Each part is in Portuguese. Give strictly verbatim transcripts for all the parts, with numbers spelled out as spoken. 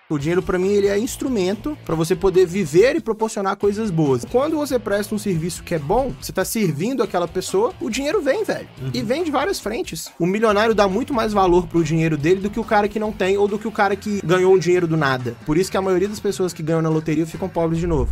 O dinheiro, pra mim, ele é instrumento pra você poder viver e proporcionar coisas boas. Quando você presta um serviço que é bom, você tá servindo aquela pessoa, o dinheiro vem, velho. Uhum. E vem de várias frentes. O milionário dá muito mais valor pro dinheiro dele do que o cara que não tem ou do que o cara que ganhou um dinheiro do nada. Por isso que a maioria das pessoas que ganham na loteria ficam pobres de novo.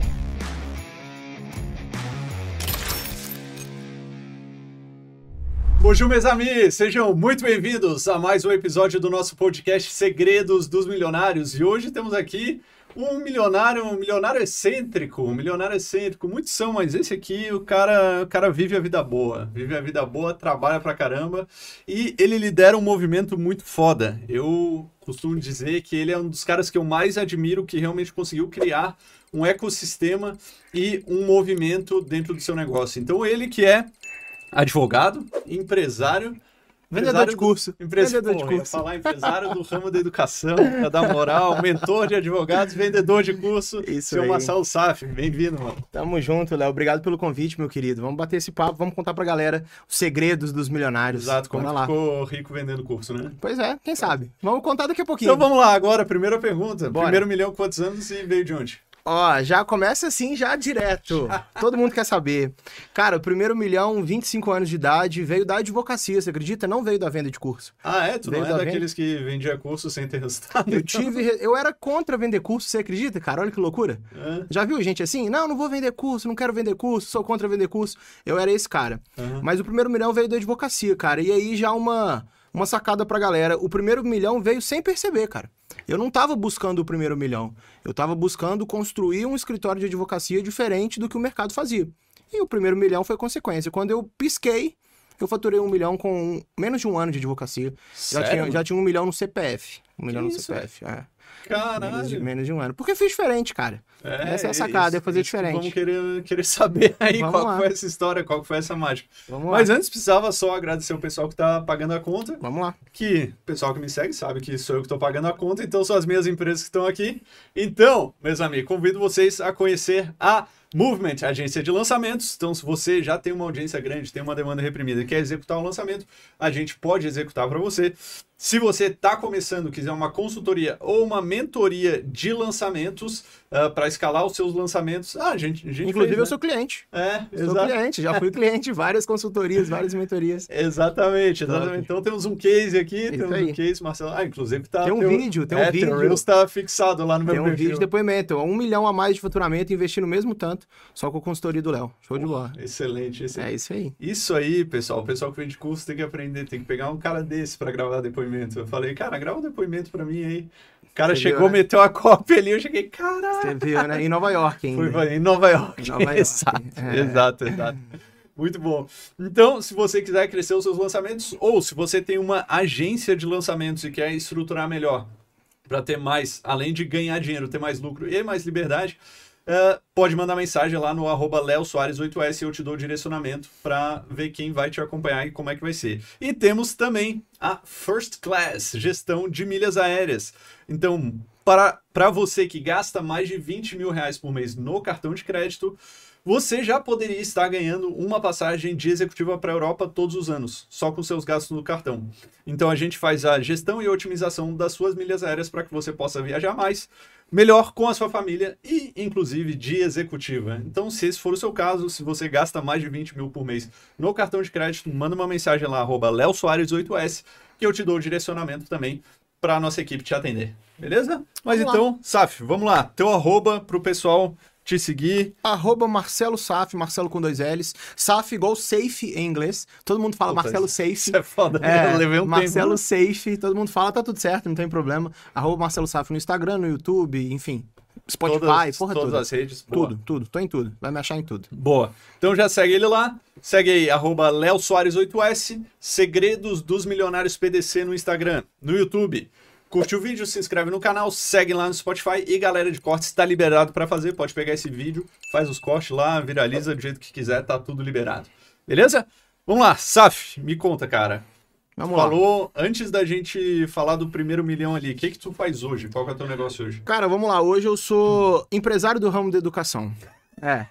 Bonjour, meus amigos! Sejam muito bem-vindos a mais um episódio do nosso podcast Segredos dos Milionários. E hoje temos aqui um milionário, um milionário excêntrico, um milionário excêntrico. Muitos são, mas esse aqui, o cara, o cara vive a vida boa. Vive a vida boa, trabalha pra caramba. E ele lidera um movimento muito foda. Eu costumo dizer que ele é um dos caras que eu mais admiro, que realmente conseguiu criar um ecossistema e um movimento dentro do seu negócio. Então ele que é advogado, empresário, vendedor de curso. Empresa, vendedor porra, de curso. Falar empresário do ramo da educação, pra dar moral, mentor de advogados, vendedor de curso. Isso seu aí. Marcelo Saf, bem-vindo, mano. Tamo junto, Léo. Obrigado pelo convite, meu querido. Vamos bater esse papo, vamos contar pra galera os segredos dos milionários. Exato, como Bora lá. ficou rico vendendo curso, né? Pois é, quem sabe. Vamos contar daqui a pouquinho. Então vamos lá, agora, primeira pergunta. Bora. Primeiro milhão, quantos anos e veio de onde? Ó, já começa assim, já direto. Todo mundo quer saber. Cara, o primeiro milhão, vinte e cinco anos de idade, veio da advocacia, você acredita? Não veio da venda de curso. Ah, é? Tu Veio não é da daqueles que vendia curso sem ter resultado? Eu então? tive, eu era contra vender curso, você acredita, cara? Olha que loucura. É. Já viu gente assim? Não, não vou vender curso, não quero vender curso, sou contra vender curso. Eu era esse cara. Uhum. Mas o primeiro milhão veio da advocacia, cara. E aí já uma, uma sacada pra galera. O primeiro milhão veio sem perceber, cara. Eu não tava buscando o primeiro milhão. Eu tava buscando construir um escritório de advocacia diferente do que o mercado fazia. E o primeiro milhão foi consequência. Quando eu pisquei, eu faturei um milhão com menos de um ano de advocacia. Já Sério? tinha, já tinha um milhão no C P F. Um milhão no isso, C P F, é. Caralho. Menos de, menos de um ano. Porque eu fiz diferente, cara. É, Essa é a sacada, isso, é fazer isso que diferente. Vamos querer, querer saber aí Vamos qual lá. que foi essa história, qual que foi essa mágica. Vamos Mas lá. antes precisava só agradecer o pessoal que tá pagando a conta, Vamos lá. que o pessoal que me segue sabe que sou eu que tô pagando a conta, então são as minhas empresas que estão aqui. Então, meus amigos, convido vocês a conhecer a Movement, agência de lançamentos. Então, se você já tem uma audiência grande, tem uma demanda reprimida e quer executar um lançamento, a gente pode executar para você. Se você está começando, quiser uma consultoria ou uma mentoria de lançamentos uh, para escalar os seus lançamentos, ah, a gente, a gente Inclusive, fez, eu né? sou cliente. É, Sou exato. cliente, já fui cliente de várias consultorias, várias mentorias. Exatamente, exatamente. Top. Então temos um case aqui, Isso temos aí. um case, Marcelo. Ah, inclusive tá. Tem um vídeo, tem um é, vídeo. O Reels tá fixado lá no meu Tem um perfil. vídeo de depoimento. Um milhão a mais de faturamento, investir no mesmo tanto, só com a consultoria do Léo. Show de bola. Excelente, excelente. É isso aí. Isso aí, pessoal. O pessoal que vende curso tem que aprender, tem que pegar um cara desse pra gravar depoimento. Eu falei, cara, grava um depoimento pra mim aí. O cara Você chegou, viu, né? meteu a cópia ali, eu cheguei, caralho. Você viu, né? Em Nova York ainda. Fui em Nova York. Em Nova York. Exato, É. exato, exato. Muito bom. Então, se você quiser crescer os seus lançamentos, ou se você tem uma agência de lançamentos e quer estruturar melhor, para ter mais, além de ganhar dinheiro, ter mais lucro e mais liberdade, uh, pode mandar mensagem lá no arroba Leo Soares oito S e eu te dou o direcionamento para ver quem vai te acompanhar e como é que vai ser. E temos também a First Class, gestão de milhas aéreas. Então, para, para você que gasta mais de vinte mil reais por mês no cartão de crédito, você já poderia estar ganhando uma passagem de executiva para a Europa todos os anos, só com seus gastos no cartão. Então a gente faz a gestão e otimização das suas milhas aéreas para que você possa viajar mais, melhor com a sua família e, inclusive, de executiva. Então, se esse for o seu caso, se você gasta mais de vinte mil por mês no cartão de crédito, manda uma mensagem lá, arroba Leo Soares oito S, que eu te dou o direcionamento também para a nossa equipe te atender. Beleza? Mas Vamos então, Saf, vamos lá. Teu arroba para o pessoal te seguir. Arroba Marcelo Saf, Marcelo com dois L's. Saf igual safe em inglês. Todo mundo fala Puta, Marcelo isso- Safe. Isso é foda, É, eu levei um Marcelo tempo. Safe, todo mundo fala, tá tudo certo, não tem problema. Arroba Marcelo Saf no Instagram, no YouTube, enfim. Spotify, Todas, porra todas toda. as redes. Boa. Tudo, tudo, tô em tudo. Vai me achar em tudo. Boa. Então já segue ele lá. Segue aí, arroba Leo Soares oito S, Segredos dos Milionários P D C no Instagram, no YouTube. Curte o vídeo, se inscreve no canal, segue lá no Spotify e galera de cortes está liberado para fazer. Pode pegar esse vídeo, faz os cortes lá, viraliza do jeito que quiser, tá tudo liberado. Beleza? Vamos lá, Saf, me conta, cara. Vamos lá. Falou, antes da gente falar do primeiro milhão ali, o que que tu faz hoje? Qual que é o teu negócio hoje? Cara, vamos lá. Hoje eu sou empresário do ramo da educação. É.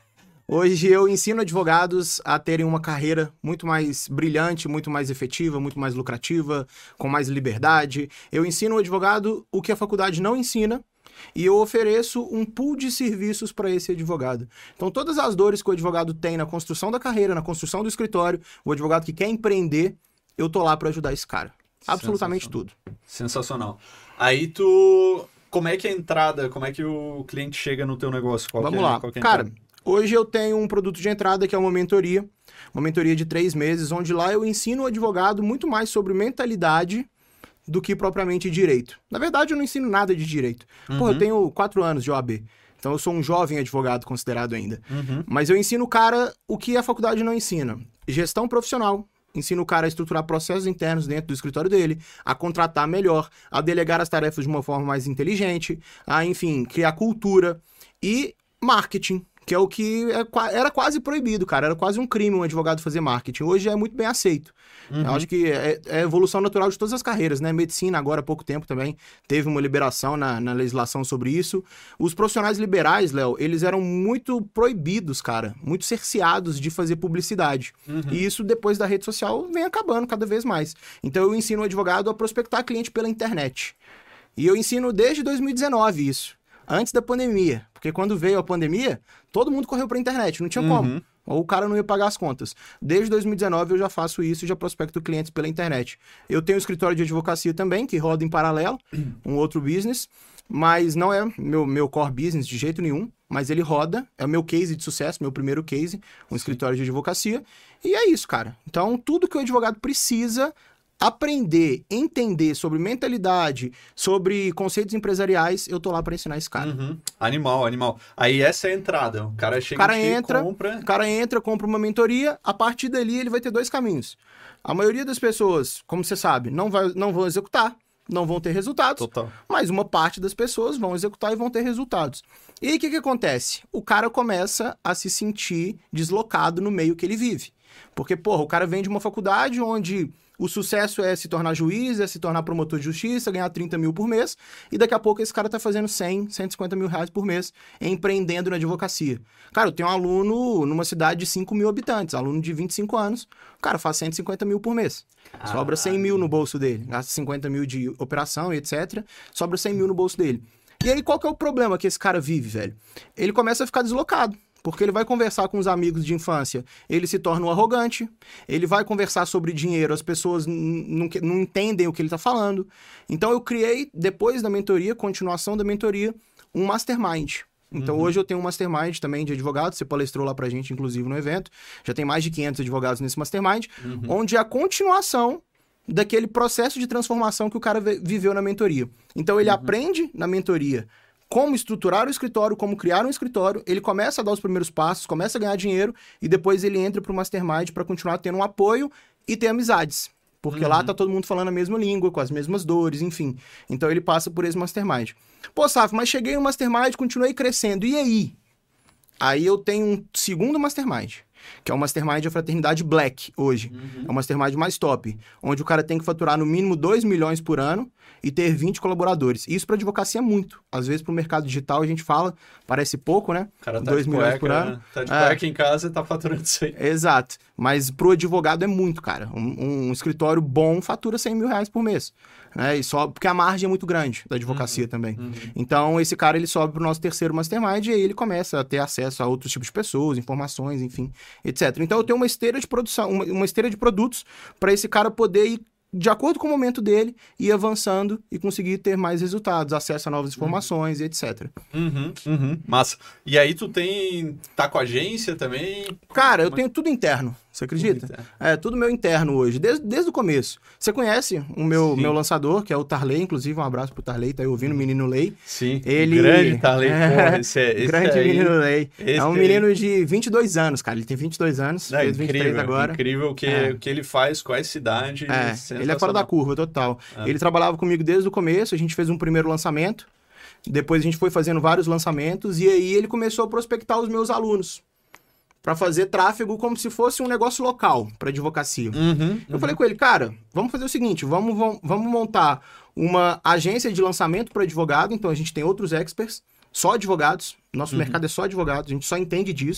Hoje eu ensino advogados a terem uma carreira muito mais brilhante, muito mais efetiva, muito mais lucrativa, com mais liberdade. Eu ensino o advogado o que a faculdade não ensina e eu ofereço um pool de serviços para esse advogado. Então, todas as dores que o advogado tem na construção da carreira, na construção do escritório, o advogado que quer empreender, eu tô lá para ajudar esse cara. Absolutamente tudo. Sensacional. Aí tu... Como é que é a entrada? Como é que o cliente chega no teu negócio? Qual Vamos que é, lá. qual que é a Cara, entrada? hoje eu tenho um produto de entrada que é uma mentoria. Uma mentoria de três meses, onde lá eu ensino o advogado muito mais sobre mentalidade do que propriamente direito. Na verdade, eu não ensino nada de direito. Uhum. Pô, eu tenho quatro anos de O A B. Então eu sou um jovem advogado considerado ainda. Uhum. Mas eu ensino o cara o que a faculdade não ensina. Gestão profissional. Ensino o cara a estruturar processos internos dentro do escritório dele, a contratar melhor, a delegar as tarefas de uma forma mais inteligente, a, enfim, criar cultura e marketing, que é o que é, era quase proibido, cara. Era quase um crime um advogado fazer marketing. Hoje é muito bem aceito. Uhum. Eu acho que é, é a evolução natural de todas as carreiras, né? Medicina, agora há pouco tempo também, teve uma liberação na, na legislação sobre isso. Os profissionais liberais, Léo, eles eram muito proibidos, cara. Muito cerceados de fazer publicidade. Uhum. E isso, depois da rede social, vem acabando cada vez mais. Então, eu ensino o advogado a prospectar cliente pela internet. E eu ensino desde dois mil e dezenove isso. Antes da pandemia. Porque quando veio a pandemia, todo mundo correu pra internet, não tinha uhum. como. Ou o cara não ia pagar as contas. Desde dois mil e dezenove eu já faço isso e já prospecto clientes pela internet. Eu tenho um escritório de advocacia também, que roda em paralelo, um outro business, mas não é meu, meu core business de jeito nenhum, mas ele roda, é o meu case de sucesso, meu primeiro case, um Sim. escritório de advocacia, e é isso, cara. Então, tudo que o advogado precisa aprender, entender sobre mentalidade, sobre conceitos empresariais, eu tô lá para ensinar esse cara. Uhum. Animal, animal. Aí essa é a entrada. O cara chega o cara aqui, entra, compra... O cara entra, compra uma mentoria, a partir dali ele vai ter dois caminhos. A maioria das pessoas, como você sabe, não, vai, não vão executar, não vão ter resultados, Total. Mas uma parte das pessoas vão executar e vão ter resultados. E aí o que, que acontece? O cara começa a se sentir deslocado no meio que ele vive. Porque, porra, o cara vem de uma faculdade onde o sucesso é se tornar juiz, é se tornar promotor de justiça, ganhar trinta mil por mês, e daqui a pouco esse cara tá fazendo cem, cento e cinquenta mil reais por mês empreendendo na advocacia. Cara, eu tenho um aluno numa cidade de cinco mil habitantes, aluno de vinte e cinco anos, o cara faz cento e cinquenta mil por mês. Ah, sobra cem mil no bolso dele, gasta cinquenta mil de operação e etcétera, sobra cem mil no bolso dele. E aí, qual que é o problema que esse cara vive, velho? Ele começa a ficar deslocado. Porque ele vai conversar com os amigos de infância, ele se torna um arrogante, ele vai conversar sobre dinheiro, as pessoas não entendem o que ele está falando. Então eu criei, depois da mentoria, continuação da mentoria, um mastermind. Então uhum. hoje eu tenho um mastermind também de advogados, você palestrou lá pra gente, inclusive, no evento. Já tem mais de quinhentos advogados nesse mastermind, uhum. onde é a continuação daquele processo de transformação que o cara viveu na mentoria. Então ele uhum. aprende na mentoria como estruturar o escritório, como criar um escritório, ele começa a dar os primeiros passos, começa a ganhar dinheiro e depois ele entra para o Mastermind para continuar tendo um apoio e ter amizades. Porque uhum. lá tá todo mundo falando a mesma língua, com as mesmas dores, enfim. Então ele passa por esse Mastermind. Pô, Saf, mas cheguei no Mastermind, continuei crescendo, e aí? Aí eu tenho um segundo Mastermind, que é o Mastermind da Fraternidade Black, hoje. Uhum. É o Mastermind mais top, onde o cara tem que faturar no mínimo dois milhões por ano e ter vinte colaboradores. Isso para advocacia é muito. Às vezes, para o mercado digital, a gente fala, parece pouco, né? O cara tá dois milhões cueca, por ano. Né? Tá de cueca é. em casa e tá faturando isso aí. Exato. Mas pro advogado é muito, cara. Um, um escritório bom fatura cem mil reais por mês. Né? E só porque a margem é muito grande da advocacia uhum. também. Uhum. Então, esse cara, ele sobe pro nosso terceiro Mastermind e aí ele começa a ter acesso a outros tipos de pessoas, informações, enfim, etcétera. Então, eu tenho uma esteira de produção, uma, uma esteira de produtos para esse cara poder ir de acordo com o momento dele, ir avançando e conseguir ter mais resultados, acesso a novas informações uhum. e etcétera. Uhum, uhum. Massa. E aí tu tem... tá com a agência também? Cara, eu tenho tudo interno. Você acredita? Tudo é, tudo meu interno hoje, desde, desde o começo. Você conhece o meu, meu lançador, que é o Tarley, inclusive, um abraço pro Tarley, tá aí ouvindo o menino Lei. Sim, ele... grande Tarley, é, porra, esse é... Esse grande aí, menino Lei. É um aí. menino de vinte e dois anos, cara, ele tem vinte e dois anos, Não, fez vinte e três incrível, agora. Incrível o que, é. que ele faz com essa idade. É, ele é fora da curva, total. É. Ele trabalhava comigo desde o começo, a gente fez um primeiro lançamento, depois a gente foi fazendo vários lançamentos, e aí ele começou a prospectar os meus alunos para fazer tráfego como se fosse um negócio local para advocacia. Uhum, eu uhum. falei com ele, cara, vamos fazer o seguinte, vamos, vamos, vamos montar uma agência de lançamento para advogado, então a gente tem outros experts, só advogados, nosso uhum. mercado é só advogados, a gente só entende disso.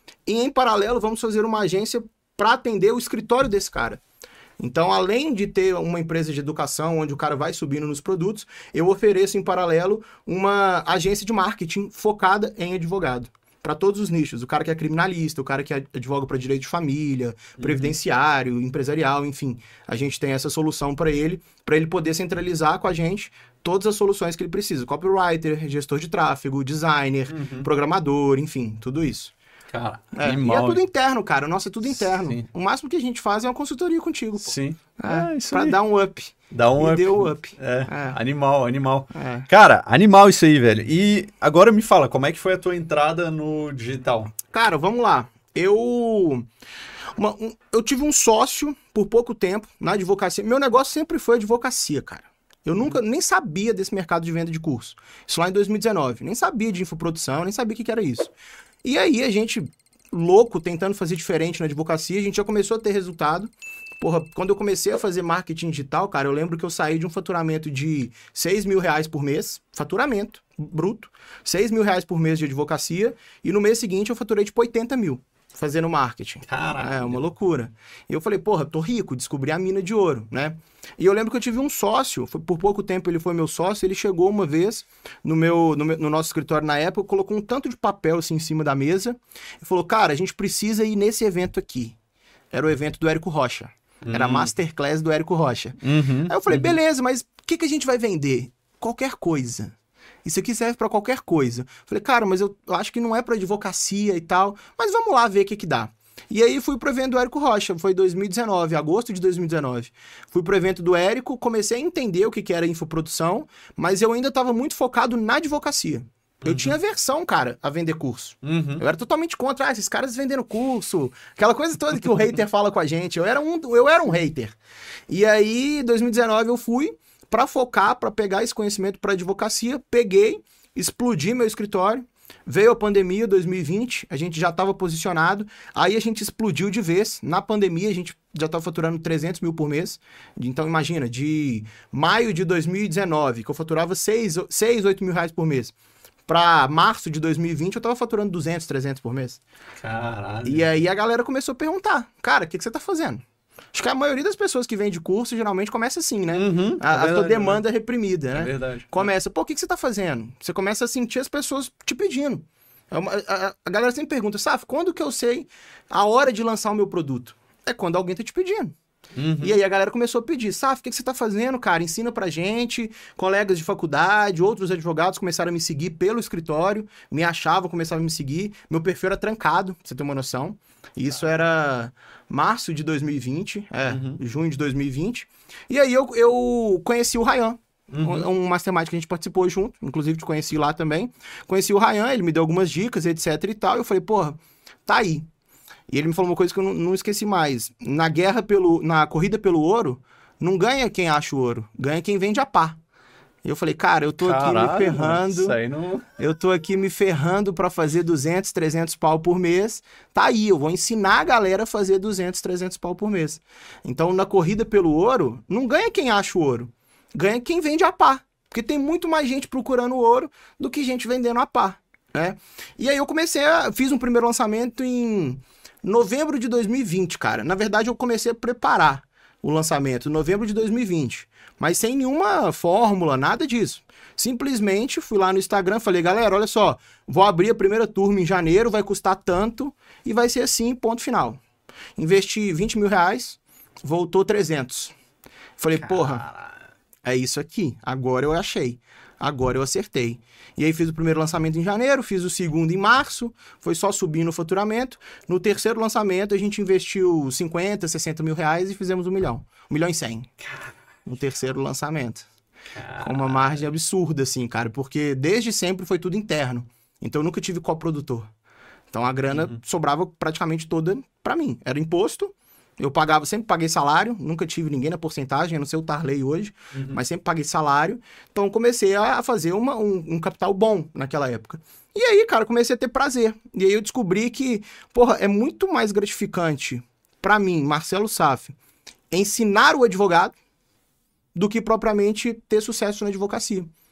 E em paralelo, vamos fazer uma agência para atender o escritório desse cara. Então, além de ter uma empresa de educação onde o cara vai subindo nos produtos, eu ofereço em paralelo uma agência de marketing focada em advogado. Para todos os nichos. O cara que é criminalista, o cara que advoga para direito de família, uhum. previdenciário, empresarial, enfim. A gente tem essa solução para ele, para ele poder centralizar com a gente todas as soluções que ele precisa. Copywriter, gestor de tráfego, designer, uhum. programador, enfim, tudo isso. Cara, é, e é tudo interno, cara. Nossa, é tudo interno. Sim. O máximo que a gente faz é uma consultoria contigo, pô. Sim. É, é isso pra aí. Dar um up. Dá um e up. Deu up. É. é. Animal, animal. É. Cara, animal isso aí, velho. E agora me fala, como é que foi a tua entrada no digital? Cara, vamos lá. Eu... Uma, um, eu tive um sócio por pouco tempo na advocacia. Meu negócio sempre foi advocacia, cara. Eu nunca, nem sabia desse mercado de venda de curso. Isso lá em dois mil e dezenove. Nem sabia de infoprodução, nem sabia o que, que era isso. E aí a gente, louco, tentando fazer diferente na advocacia, a gente já começou a ter resultado. Porra, quando eu comecei a fazer marketing digital, cara, eu lembro que eu saí de um faturamento de seis mil reais por mês, faturamento bruto, seis mil reais por mês de advocacia, e no mês seguinte eu faturei tipo oitenta mil fazendo marketing. Caralho. É, uma loucura. E eu falei, porra, tô rico, descobri a mina de ouro, né? E eu lembro que eu tive um sócio, foi, por pouco tempo ele foi meu sócio, ele chegou uma vez no, meu, no, meu, no nosso escritório na época, colocou um tanto de papel assim em cima da mesa e falou, cara, a gente precisa ir nesse evento aqui. Era o evento do Érico Rocha. Uhum. Era a Masterclass do Érico Rocha. Uhum. Aí eu falei, uhum. beleza, mas o que, que a gente vai vender? Qualquer coisa. Isso aqui serve para qualquer coisa. Falei, cara, mas eu acho que não é para advocacia e tal, mas vamos lá ver o que que dá. E aí fui pro evento do Érico Rocha, foi dois mil e dezenove, agosto de dois mil e dezenove. Fui pro evento do Érico, comecei a entender o que que era infoprodução, mas eu ainda estava muito focado na advocacia. Eu uhum. tinha aversão, cara, a vender curso. Uhum. Eu era totalmente contra, ah, esses caras vendendo curso, aquela coisa toda que o hater fala com a gente. Eu era um, eu era um hater. E aí, em dois mil e dezenove, eu fui para focar, para pegar esse conhecimento para advocacia, peguei, explodi meu escritório, veio a pandemia, dois mil e vinte, a gente já estava posicionado, aí a gente explodiu de vez, na pandemia a gente já estava faturando trezentos mil por mês, então imagina, de maio de dois mil e dezenove, que eu faturava seis, oito mil reais por mês, para março de dois mil e vinte eu estava faturando duzentos, trezentos por mês. Caralho. E aí a galera começou a perguntar, cara, o que, que você está fazendo? Acho que a maioria das pessoas que vende curso geralmente começa assim, né? Uhum, a, é verdade, a tua demanda é é reprimida, né? É verdade. Começa, pô, o que, que você tá fazendo? Você começa a sentir as pessoas te pedindo. É uma, a, a galera sempre pergunta, Saf, quando que eu sei a hora de lançar o meu produto? É quando alguém tá te pedindo. Uhum. E aí a galera começou a pedir, Saf, o que, que você tá fazendo, cara? Ensina pra gente. Colegas de faculdade, outros advogados começaram a me seguir pelo escritório, me achavam, começavam a me seguir. Meu perfil era trancado, pra você ter uma noção. Isso era março de dois mil e vinte, é, uhum. junho de dois mil e vinte. E aí eu, eu conheci o Ryan, uhum. um mastermind que a gente participou junto, inclusive te conheci lá também. Conheci o Ryan, ele me deu algumas dicas, etc e tal. Eu falei, porra, tá aí. E ele me falou uma coisa que eu não, não esqueci mais. Na guerra pelo, na corrida pelo ouro, não ganha quem acha o ouro, ganha quem vende a pá. E eu falei, cara, eu tô Caralho, aqui me ferrando, isso aí não... eu tô aqui me ferrando pra fazer duzentos, trezentos pau por mês. Tá aí, eu vou ensinar a galera a fazer duzentos, trezentos pau por mês. Então, na corrida pelo ouro, não ganha quem acha o ouro, ganha quem vende a pá. Porque tem muito mais gente procurando ouro do que gente vendendo a pá, né? E aí eu comecei a... Fiz um primeiro lançamento em novembro de dois mil e vinte, cara. Na verdade, eu comecei a preparar o lançamento em novembro de dois mil e vinte. Mas sem nenhuma fórmula, nada disso. Simplesmente fui lá no Instagram, falei, galera, olha só, vou abrir a primeira turma em janeiro, vai custar tanto e vai ser assim, ponto final. Investi vinte mil reais, voltou trezentos. Falei, Caralho. porra, é isso aqui, agora eu achei, agora eu acertei. E aí fiz o primeiro lançamento em janeiro, fiz o segundo em março, foi só subindo o faturamento. No terceiro lançamento a gente investiu cinquenta, sessenta mil reais e fizemos um milhão, um milhão e cem. No terceiro lançamento. Caralho. Com uma margem absurda, assim, cara, porque desde sempre foi tudo interno. Então eu nunca tive coprodutor. Então a grana uhum. sobrava praticamente toda pra mim. Era imposto, eu pagava, sempre paguei salário, nunca tive ninguém na porcentagem, a não ser o Tarley hoje, uhum. mas sempre paguei salário. Então comecei a fazer uma, um, um capital bom naquela época. E aí, cara, comecei a ter prazer. E aí eu descobri que, porra, é muito mais gratificante pra mim, Marcelo Saf, ensinar o advogado do que propriamente ter sucesso na advocacia.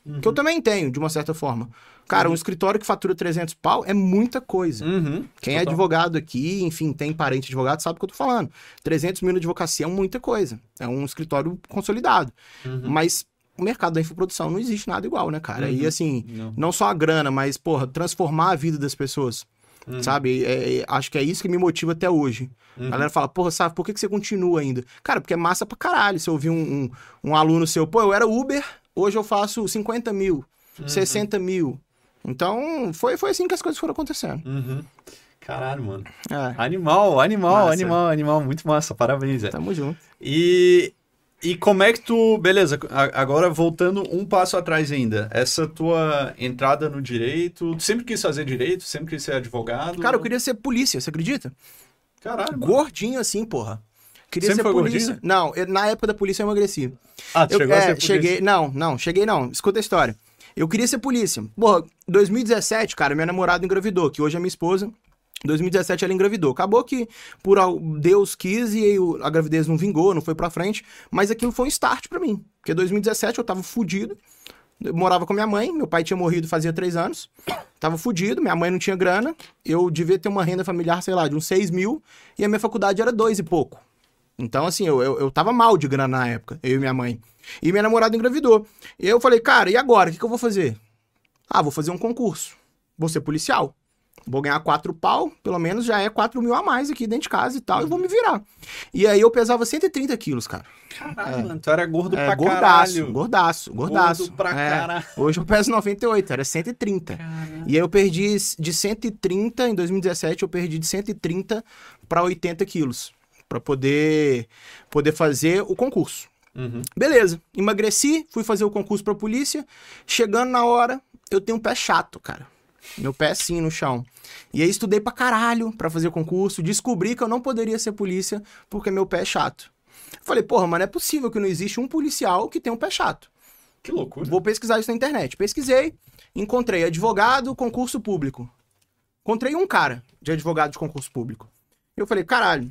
Uhum. Que eu também tenho, de uma certa forma. Cara, Uhum. um escritório que fatura trezentos pau é muita coisa. Uhum. Quem é Total. advogado aqui, enfim, tem parente advogado, sabe o que eu tô falando. trezentos mil na advocacia é muita coisa. É um escritório consolidado. Uhum. Mas o mercado da infoprodução não existe nada igual, né, cara? Uhum. E assim, Não. não só a grana, mas, porra, transformar a vida das pessoas. Uhum. Sabe? É, é, acho que é isso que me motiva até hoje. Uhum. A galera fala, porra, sabe, por que, que você continua ainda? Cara, porque é massa pra caralho. Se eu ouvir um, um, um aluno seu, pô, eu era Uber, hoje eu faço cinquenta mil, Uhum. sessenta mil. Então, foi, foi assim que as coisas foram acontecendo. Uhum. Caralho, mano. É, Animal, animal, Massa. animal, animal. Muito massa. Parabéns, Zé. tamo junto. E, e como é que tu... Beleza, a- agora voltando um passo atrás ainda. Essa tua entrada no direito... Tu sempre quis fazer direito? Sempre quis ser advogado? Cara, eu queria ser polícia, você acredita? Caralho, mano. Gordinho assim, porra. Queria Sempre ser foi polícia. gordinho? Não, eu- na época da polícia eu emagreci. Ah, tu Eu, chegou a é, ser polícia. cheguei, não, não, cheguei não. Escuta a história. Eu queria ser polícia. Porra, dois mil e dezessete, cara, minha namorada engravidou, que hoje é minha esposa. Em dois mil e dezessete ela engravidou. Acabou que por al- Deus quis e aí o- a gravidez não vingou, não foi pra frente, mas aquilo foi um start pra mim. Porque dois mil e dezessete eu tava fudido. Eu morava com minha mãe, meu pai tinha morrido fazia três anos. Tava fudido, minha mãe não tinha grana. Eu devia ter uma renda familiar, sei lá, de uns seis mil. E a minha faculdade era dois e pouco. Então, assim, eu, eu, eu tava mal de grana na época, eu e minha mãe. E minha namorada engravidou. E eu falei, cara, e agora? O que, que eu vou fazer? Ah, vou fazer um concurso. Vou ser policial. Vou ganhar quatro pau, pelo menos já é quatro mil a mais aqui dentro de casa e tal, e vou me virar. E aí eu pesava cento e trinta quilos, cara. Caralho, mano. Tu era gordo É, pra gordaço, caralho. gordaço, gordaço. Gordo pra É, caralho. hoje eu peso noventa e oito, era cento e trinta. Caralho. E aí eu perdi de cento e trinta, em dois mil e dezessete, eu perdi de cento e trinta para oitenta quilos. Pra poder, poder fazer o concurso. Uhum. Beleza, emagreci, fui fazer o concurso pra polícia. Chegando na hora, eu tenho um pé chato, cara. Meu pé assim no chão. E aí estudei pra caralho pra fazer o concurso. Descobri que eu não poderia ser polícia porque meu pé é chato. Falei, porra, mas não é possível que não existe um policial que tenha um pé chato. Que loucura. Vou pesquisar isso na internet. Pesquisei, encontrei advogado, concurso público. Encontrei um cara de advogado de concurso público. Eu falei, caralho,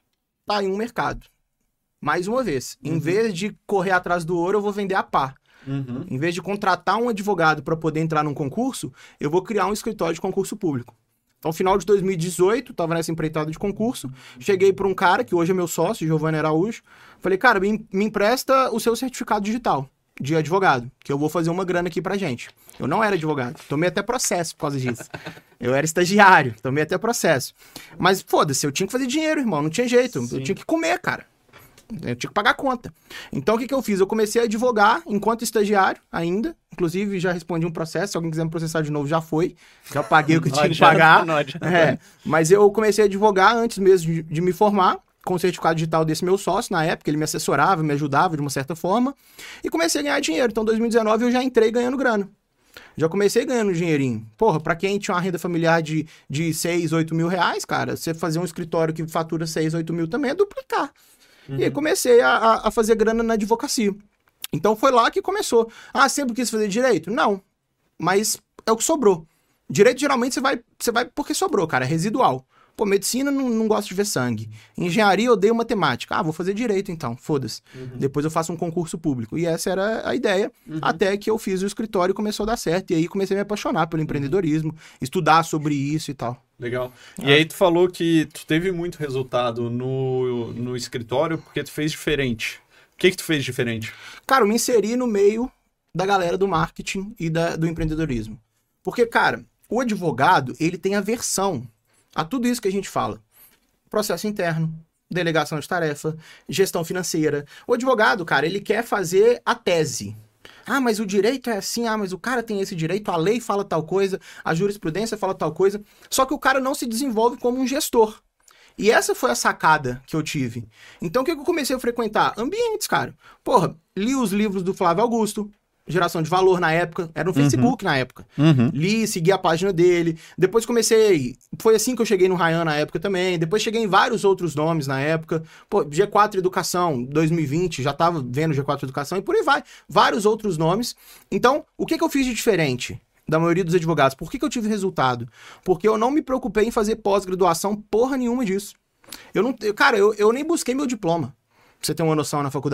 tá aí um mercado. Mais uma vez, em vez de correr atrás do ouro, eu vou vender a pá. Uhum. Em vez de contratar um advogado para poder entrar num concurso, eu vou criar um escritório de concurso público. Então, final de dois mil e dezoito, tava nessa empreitada de concurso, cheguei para um cara, que hoje é meu sócio, Giovanni Araújo, falei, cara, me, me empresta o seu certificado digital de advogado, que eu vou fazer uma grana aqui pra gente. Eu não era advogado, tomei até processo por causa disso. Eu era estagiário, tomei até processo. Mas, foda-se, eu tinha que fazer dinheiro, irmão, não tinha jeito, Sim. eu tinha que comer, cara. Eu tinha que pagar a conta. Então, o que, que eu fiz? Eu comecei a advogar enquanto estagiário ainda. Inclusive, já respondi um processo. Se alguém quiser me processar de novo, já foi. Já paguei o que eu tinha que pagar. Não adianta. É, mas eu comecei a advogar antes mesmo de, de me formar, com o certificado digital desse meu sócio. Na época, ele me assessorava, me ajudava de uma certa forma. E comecei a ganhar dinheiro. Então, em dois mil e dezenove, eu já entrei ganhando grana. Já comecei ganhando dinheirinho. Porra, pra quem tinha uma renda familiar de, de seis, oito mil reais, cara, você fazer um escritório que fatura seis, oito mil também é duplicar. E aí comecei a, a- a fazer grana na advocacia. Então foi lá que começou. Ah, sempre quis fazer direito? Não. Mas é o que sobrou. Direito, geralmente, você vai, você vai porque sobrou, cara. É residual. Pô, medicina, não, não gosto de ver sangue. Engenharia, eu odeio matemática. Ah, vou fazer direito, então. Foda-se. Depois eu faço um concurso público. E essa era a ideia. Até que eu fiz o escritório e começou a dar certo. E aí comecei a me apaixonar pelo empreendedorismo. Estudar sobre isso e tal. Legal. E aí tu falou que tu teve muito resultado no, no escritório porque tu fez diferente. O que que tu fez diferente? Cara, eu me inseri no meio da galera do marketing e da- do empreendedorismo. Porque, cara, o advogado, ele tem aversão a tudo isso que a gente fala. Processo interno, delegação de tarefa, gestão financeira. O advogado, cara, ele quer fazer a tese. Ah, mas o direito é assim, ah, mas o cara tem esse direito, a lei fala tal coisa, a jurisprudência fala tal coisa. Só que o cara não se desenvolve como um gestor. E essa foi a sacada que eu tive. Então, o que que eu comecei a frequentar? Ambientes, cara. Porra, li os livros do Flávio Augusto, Geração de Valor na época, era no Facebook na época. Li, segui a página dele. Depois comecei. Foi assim que eu cheguei no Ryan na época também. Depois cheguei em vários outros nomes na época. Pô, G quatro Educação, dois mil e vinte, já tava vendo G quatro Educação e por aí vai. Vários outros nomes. Então, o que, que eu fiz de diferente da maioria dos advogados? Por que, que eu tive resultado? Porque eu não me preocupei em fazer pós-graduação porra nenhuma disso. Eu não, eu- cara, eu, eu nem busquei meu diploma, pra você ter uma noção na faculdade.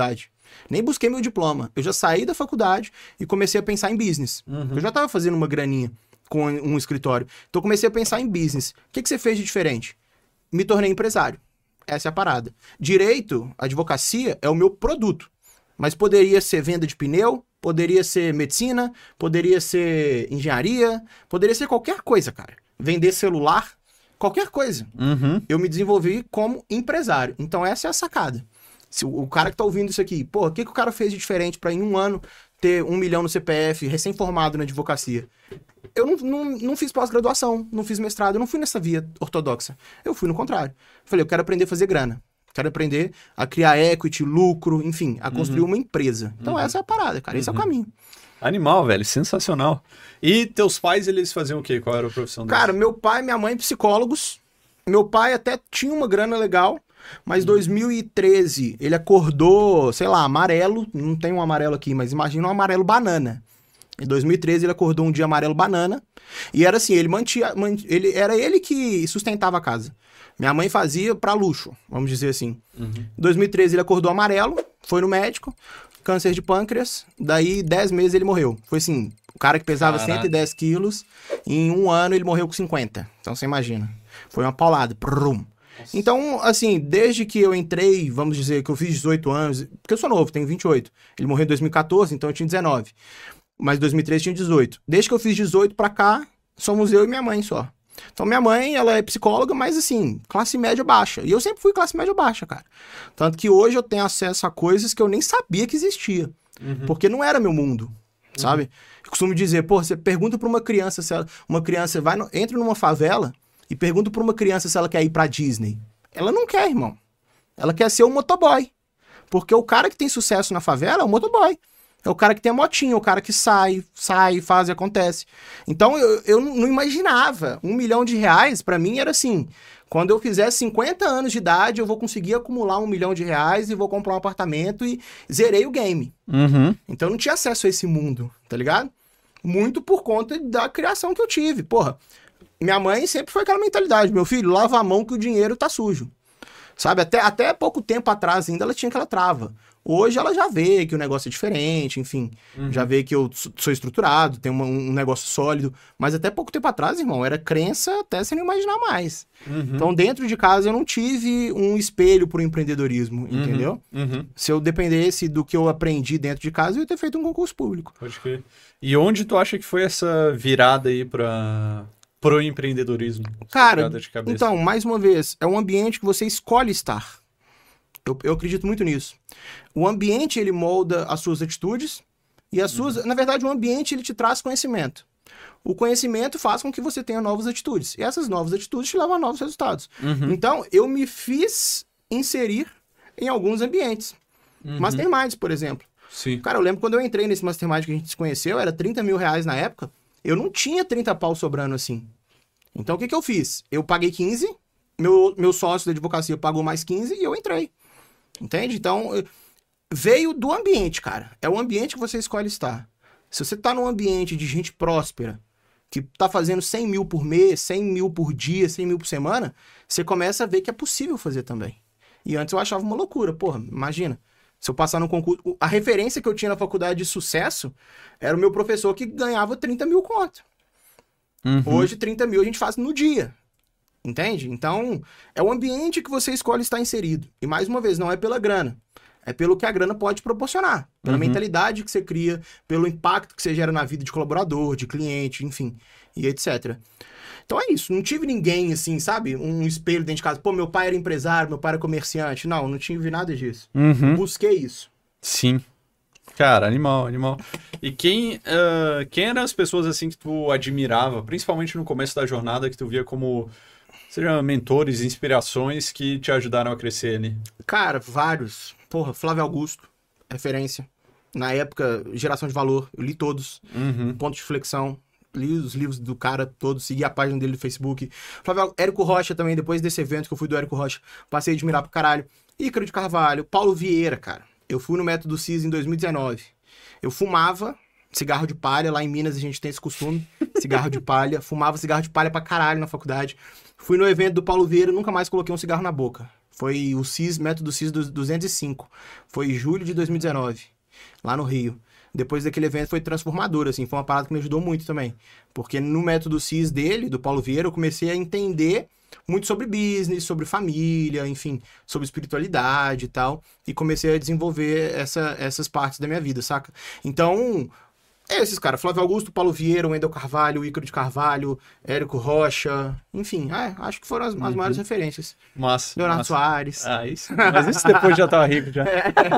Nem busquei meu diploma. Eu já saí da faculdade e comecei a pensar em business. Uhum. Eu já tava fazendo uma graninha com um escritório. Então, eu comecei a pensar em business. O que, que você fez de diferente? Me tornei empresário. Essa é a parada. Direito, advocacia, é o meu produto. Mas poderia ser venda de pneu, poderia ser medicina, poderia ser engenharia, poderia ser qualquer coisa, cara. Vender celular, qualquer coisa. Uhum. Eu me desenvolvi como empresário. Então essa é a sacada. Se o, o cara que tá ouvindo isso aqui, pô, o que, que o cara fez de diferente pra em um ano ter um milhão no C P F, recém-formado na advocacia? Eu não, não, não fiz pós-graduação, não fiz mestrado, eu não fui nessa via ortodoxa. Eu fui no contrário. Falei, eu quero aprender a fazer grana. Quero aprender a criar equity, lucro, enfim, a construir uhum. uma empresa. Então uhum. essa é a parada, cara. Esse uhum. é o caminho. Animal, velho. Sensacional. E teus pais, eles faziam o quê? Qual era a profissão deles? Cara, meu pai e minha mãe, psicólogos. Meu pai até tinha uma grana legal, mas em dois mil e treze ele acordou, sei lá, amarelo. Não tem um amarelo aqui, mas imagina um amarelo banana. Em dois mil e treze ele acordou um dia amarelo banana. E era assim, ele mantinha... mantinha ele, era ele que sustentava a casa. Minha mãe fazia pra luxo, vamos dizer assim. Uhum. Em dois mil e treze ele acordou amarelo, foi no médico, câncer de pâncreas, daí dez meses ele morreu. Foi assim, o cara que pesava Caraca. cento e dez quilos, em um ano ele morreu com cinquenta. Então você imagina, foi uma paulada. Prum. Então, assim, desde que eu entrei, vamos dizer que eu fiz dezoito anos, porque eu sou novo, tenho vinte e oito. Ele morreu em dois mil e quatorze, então eu tinha dezenove. Mas em dois mil e treze tinha dezoito. Desde que eu fiz dezoito pra cá, somos eu e minha mãe só. Então, minha mãe, ela é psicóloga, mas assim, classe média baixa. E eu sempre fui classe média baixa, cara. Tanto que hoje eu tenho acesso a coisas que eu nem sabia que existia. Uhum. Porque não era meu mundo, sabe? Uhum. Eu costumo dizer, pô, você pergunta pra uma criança, se ela, uma criança vai no, entra numa favela e pergunta pra uma criança se ela quer ir pra Disney. Ela não quer, irmão. Ela quer ser um motoboy. Porque o cara que tem sucesso na favela é o motoboy. É o cara que tem a motinha, o cara que sai, sai, faz e acontece. Então, eu, eu não imaginava. Um milhão de reais, pra mim, era assim... Quando eu fizer cinquenta anos de idade, eu vou conseguir acumular um milhão de reais e vou comprar um apartamento e zerei o game. Uhum. Então, eu não tinha acesso a esse mundo, tá ligado? Muito por conta da criação que eu tive. Porra, minha mãe sempre foi aquela mentalidade. Meu filho, lava a mão que o dinheiro tá sujo. Sabe? Até, até pouco tempo atrás ainda ela tinha aquela trava. Hoje ela já vê que o negócio é diferente, enfim. Uhum. Já vê que eu sou estruturado, tenho uma, um negócio sólido. Mas até pouco tempo atrás, irmão, era crença até você não imaginar mais. Uhum. Então, dentro de casa, eu não tive um espelho pro empreendedorismo, uhum. entendeu? Uhum. Se eu dependesse do que eu aprendi dentro de casa, eu ia ter feito um concurso público. Pode crer. E onde tu acha que foi essa virada aí pra... pro empreendedorismo? Cara, então, mais uma vez, é um ambiente que você escolhe estar. Eu, eu acredito muito nisso. O ambiente, ele molda as suas atitudes e as suas... Uhum. Na verdade, o ambiente, ele te traz conhecimento. O conhecimento faz com que você tenha novas atitudes. E essas novas atitudes te levam a novos resultados. Uhum. Então, eu me fiz inserir em alguns ambientes. Uhum. Masterminds, por exemplo. Sim. Cara, eu lembro quando eu entrei nesse mastermind que a gente se conheceu, era trinta mil reais na época. Eu não tinha trinta pau sobrando assim. Então, o que que eu fiz? Eu paguei quinze, meu, meu sócio da advocacia pagou mais quinze e eu entrei. Entende? Então, veio do ambiente, cara. É o ambiente que você escolhe estar. Se você tá num ambiente de gente próspera, que tá fazendo cem mil por mês, cem mil por dia, cem mil por semana, você começa a ver que é possível fazer também. E antes eu achava uma loucura. Porra, imagina. Se eu passar no concurso... A referência que eu tinha na faculdade de sucesso era o meu professor que ganhava trinta mil conto. Uhum. Hoje, trinta mil a gente faz no dia. Entende? Então, é o ambiente que você escolhe estar inserido. E, mais uma vez, não é pela grana. É pelo que a grana pode proporcionar. Pela uhum. mentalidade que você cria, pelo impacto que você gera na vida de colaborador, de cliente, enfim, e etcétera. Então é isso. Não tive ninguém, assim, sabe? Um espelho dentro de casa. Pô, meu pai era empresário, meu pai era comerciante. Não, não tive nada disso. Uhum. Busquei isso. Sim. Cara, animal, animal. E quem, uh, quem eram as pessoas, assim, que tu admirava, principalmente no começo da jornada, que tu via como... Sejam mentores, inspirações que te ajudaram a crescer ali? Cara, vários. Porra, Flávio Augusto, referência. Na época, Geração de Valor, eu li todos. Uhum. Ponto de Flexão, li os livros do cara todos, segui a página dele no Facebook. Flávio, Érico Rocha também, depois desse evento que eu fui do Érico Rocha, passei a admirar pro caralho. Ícaro de Carvalho, Paulo Vieira, cara. Eu fui no Método C I S em dois mil e dezenove. Eu fumava cigarro de palha, lá em Minas a gente tem esse costume, cigarro de palha. Fumava cigarro de palha pra caralho na faculdade. Fui no evento do Paulo Vieira, nunca mais coloquei um cigarro na boca. Foi o C I S, método C I S do duzentos e cinco. Foi em julho de dois mil e dezenove, lá no Rio. Depois daquele evento foi transformador, assim, foi uma parada que me ajudou muito também. Porque no método C I S dele, do Paulo Vieira, eu comecei a entender muito sobre business, sobre família, enfim, sobre espiritualidade e tal. E comecei a desenvolver essa, essas partes da minha vida, saca? Então, é esses caras, Flávio Augusto, Paulo Vieira, Wendel Carvalho, Ícaro de Carvalho, Érico Rocha, enfim, é, acho que foram as, as Uhum. maiores referências. Massa. Leonardo massa. Soares. Ah, isso. Mas isso depois já tava rico já.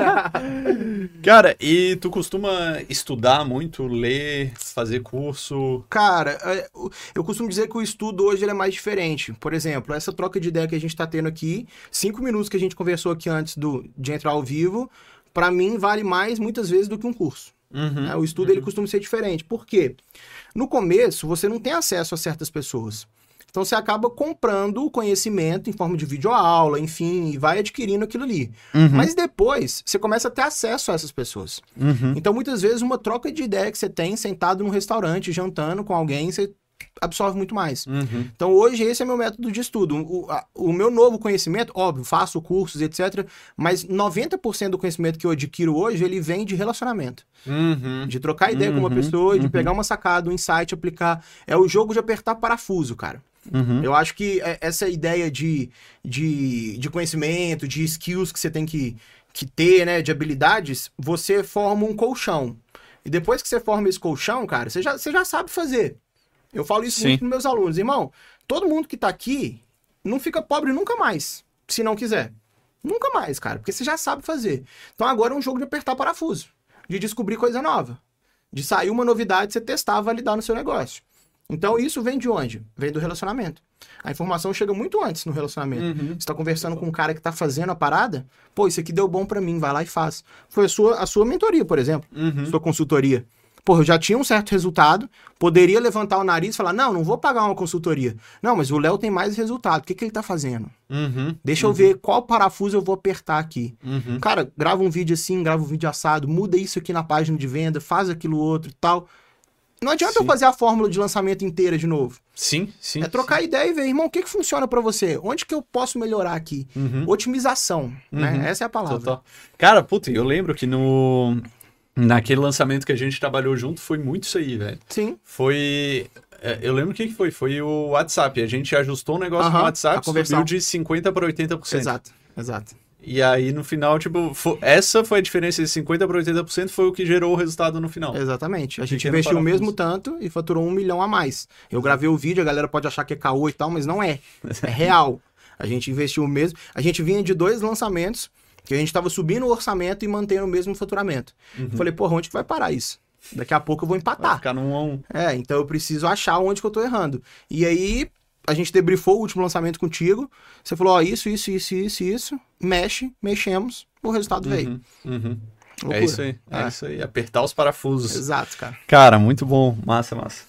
Cara, e tu costuma estudar muito, ler, fazer curso? Cara, é, eu costumo dizer que o estudo hoje ele é mais diferente. Por exemplo, essa troca de ideia que a gente tá tendo aqui, cinco minutos que a gente conversou aqui antes do, de entrar ao vivo, pra mim vale mais muitas vezes do que um curso. Uhum, né? O estudo uhum. ele costuma ser diferente. Por quê? No começo, você não tem acesso a certas pessoas. Então, você acaba comprando o conhecimento em forma de videoaula, enfim, e vai adquirindo aquilo ali. Uhum. Mas depois, você começa a ter acesso a essas pessoas. Uhum. Então, muitas vezes, uma troca de ideia que você tem sentado num restaurante, jantando com alguém, você absorve muito mais. Uhum. Então, hoje, esse é meu método de estudo. O, a, o meu novo conhecimento, óbvio, faço cursos, etcétera, mas noventa por cento do conhecimento que eu adquiro hoje, ele vem de relacionamento. Uhum. De trocar ideia Uhum. com uma pessoa, de Uhum. pegar uma sacada, um insight, aplicar. É o jogo de apertar parafuso, cara. Uhum. Eu acho que essa ideia de, de, de conhecimento, de skills que você tem que, que ter, né, de habilidades, você forma um colchão. E depois que você forma esse colchão, cara, você já, você já sabe fazer. Eu falo isso Sim. muito com meus alunos. Irmão, todo mundo que tá aqui não fica pobre nunca mais, se não quiser. Nunca mais, cara, porque você já sabe fazer. Então agora é um jogo de apertar parafuso, de descobrir coisa nova, de sair uma novidade, você testar, validar no seu negócio. Então isso vem de onde? Vem do relacionamento. A informação chega muito antes no relacionamento. Uhum. Você tá conversando com um cara que tá fazendo a parada, pô, isso aqui deu bom pra mim, vai lá e faz. Foi a sua, a sua mentoria, por exemplo, Uhum. sua consultoria. Pô, eu já tinha um certo resultado, poderia levantar o nariz e falar, não, não vou pagar uma consultoria. Não, mas o Léo tem mais resultado, o que, que ele tá fazendo? Uhum. Deixa Uhum. eu ver qual parafuso eu vou apertar aqui. Uhum. Cara, grava um vídeo assim, grava um vídeo assado, muda isso aqui na página de venda, faz aquilo outro e tal. Não adianta Sim. eu fazer a fórmula de lançamento inteira de novo. Sim, sim. É trocar ideia e ver, irmão, o que, que funciona pra você? Onde que eu posso melhorar aqui? Uhum. Otimização, né? Uhum. Essa é a palavra. Total. Cara, puta, eu lembro que no... Naquele lançamento que a gente trabalhou junto, foi muito isso aí, velho. Sim. Foi... é, Eu lembro o que que foi. Foi o WhatsApp. A gente ajustou um negócio Aham, no a WhatsApp, conversão. subiu de cinquenta por cento para oitenta por cento. Exato, exato. E aí, no final, tipo, fo- essa foi a diferença de cinquenta por cento para oitenta por cento, foi o que gerou o resultado no final. Exatamente. A gente Pequeno investiu o parafuso. mesmo tanto e faturou um milhão a mais. Eu gravei o vídeo, a galera pode achar que é caô e tal, mas não é. É real. A gente investiu o mesmo. A gente vinha de dois lançamentos que a gente tava subindo o orçamento e mantendo o mesmo faturamento. Uhum. Falei, porra, onde que vai parar isso? Daqui a pouco eu vou Vai empatar. ficar num a um. É, então eu preciso achar onde que eu tô errando. E aí, a gente debriefou o último lançamento contigo. Você falou, ó, isso, isso, isso, isso, isso. Mexe, mexemos, o resultado veio. Uhum, uhum. É Loucura. isso aí, é, É. isso aí. Apertar os parafusos. Exato, cara. Cara, muito bom. Massa, massa.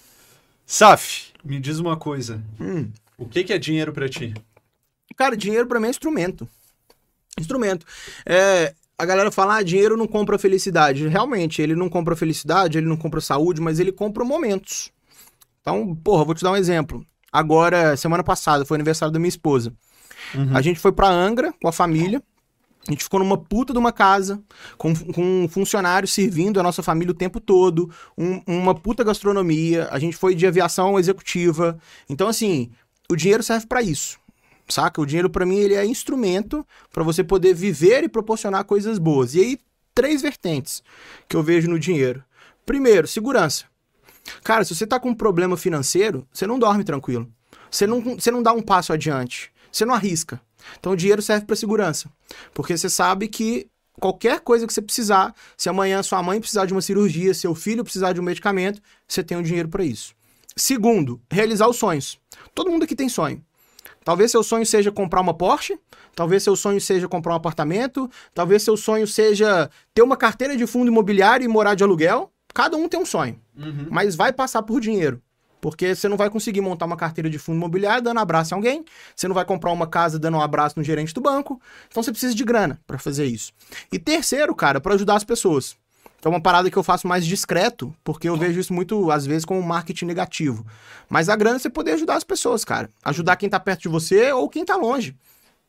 Saf, me diz uma coisa. Hum. O que que é dinheiro pra ti? Cara, dinheiro pra mim é instrumento. Instrumento. É, a galera fala, ah, dinheiro não compra felicidade. Realmente, ele não compra felicidade, ele não compra saúde, mas ele compra momentos. Então, porra, vou te dar um exemplo. Agora, semana passada, foi aniversário da minha esposa. Uhum. A gente foi pra Angra com a família. A gente ficou numa puta de uma casa, com, com um funcionário servindo a nossa família o tempo todo, um- uma puta gastronomia. A gente foi de aviação executiva. Então, assim, o dinheiro serve pra isso. Saca? O dinheiro, pra mim, ele é instrumento pra você poder viver e proporcionar coisas boas. E aí, três vertentes que eu vejo no dinheiro. Primeiro, segurança. Cara, se você tá com um problema financeiro, você não dorme tranquilo. Você não, você não dá um passo adiante. Você não arrisca. Então, o dinheiro serve pra segurança. Porque você sabe que qualquer coisa que você precisar, se amanhã sua mãe precisar de uma cirurgia, seu filho precisar de um medicamento, você tem o dinheiro pra isso. Segundo, realizar os sonhos. Todo mundo aqui tem sonho. Talvez seu sonho seja comprar uma Porsche, talvez seu sonho seja comprar um apartamento, talvez seu sonho seja ter uma carteira de fundo imobiliário e morar de aluguel. Cada um tem um sonho, Uhum. mas vai passar por dinheiro. Porque você não vai conseguir montar uma carteira de fundo imobiliário dando abraço em alguém, você não vai comprar uma casa dando um abraço no gerente do banco, então você precisa de grana para fazer isso. E terceiro, cara, para ajudar as pessoas. É uma parada que eu faço mais discreto, porque eu vejo isso muito, às vezes, como marketing negativo. Mas a grana é você poder ajudar as pessoas, cara. Ajudar quem tá perto de você ou quem tá longe.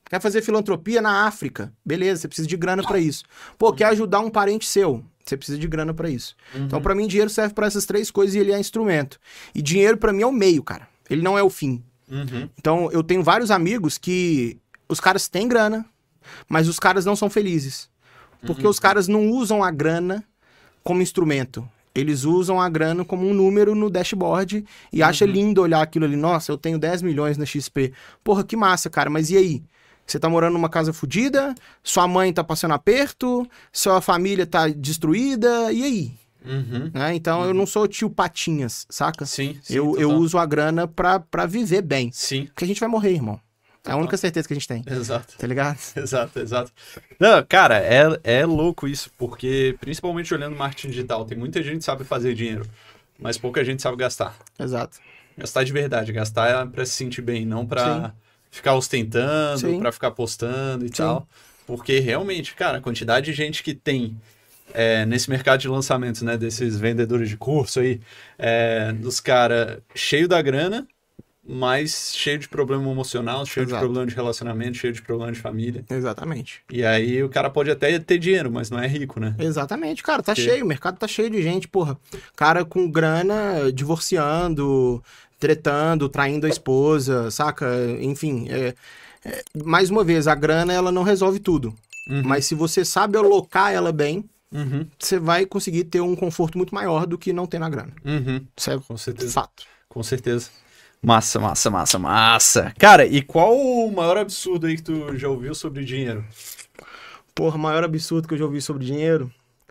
Quer fazer filantropia na África? Beleza, você precisa de grana pra isso. Pô, quer ajudar um parente seu? Você precisa de grana pra isso. Uhum. Então, pra mim, dinheiro serve pra essas três coisas e ele é instrumento. E dinheiro, pra mim, é o meio, cara. Ele não é o fim. Uhum. Então, eu tenho vários amigos que os caras têm grana, mas os caras não são felizes. Porque uhum. os caras não usam a grana como instrumento. Eles usam a grana como um número no dashboard e uhum. acha lindo olhar aquilo ali. Nossa, eu tenho dez milhões na X P. Porra, que massa, cara. Mas e aí? Você tá morando numa casa fodida, sua mãe tá passando aperto, sua família tá destruída, e aí? Uhum. Né? Então, uhum. eu não sou tio Patinhas, saca? Sim, sim. Eu, eu uso a grana pra, pra viver bem. Sim. Porque a gente vai morrer, irmão. É a única certeza que a gente tem. Exato. Tá ligado? Exato, exato. Não, cara, é, é louco isso, porque principalmente olhando marketing digital, tem muita gente que sabe fazer dinheiro, mas pouca gente sabe gastar. Exato. Gastar de verdade, gastar é pra se sentir bem, não pra... Sim. ficar ostentando, Sim. pra ficar postando e Sim. tal. Porque realmente, cara, a quantidade de gente que tem é, nesse mercado de lançamentos, né? Desses vendedores de curso aí, é, dos caras cheio da grana, mas cheio de problema emocional, cheio Exato. de problema de relacionamento, cheio de problema de família. Exatamente. E aí o cara pode até ter dinheiro, mas não é rico, né? Exatamente, cara, tá Porque... cheio, o mercado tá cheio de gente, porra. Cara com grana, divorciando... tretando, traindo a esposa, saca? Enfim, é, é, mais uma vez, a grana, ela não resolve tudo. Uhum. Mas se você sabe alocar ela bem, uhum. você vai conseguir ter um conforto muito maior do que não ter na grana. Uhum. Isso é Com certeza. fato. Com certeza. Massa, massa, massa, massa. Cara, e qual o maior absurdo aí que tu já ouviu sobre dinheiro? Porra, o maior absurdo que eu já ouvi sobre dinheiro...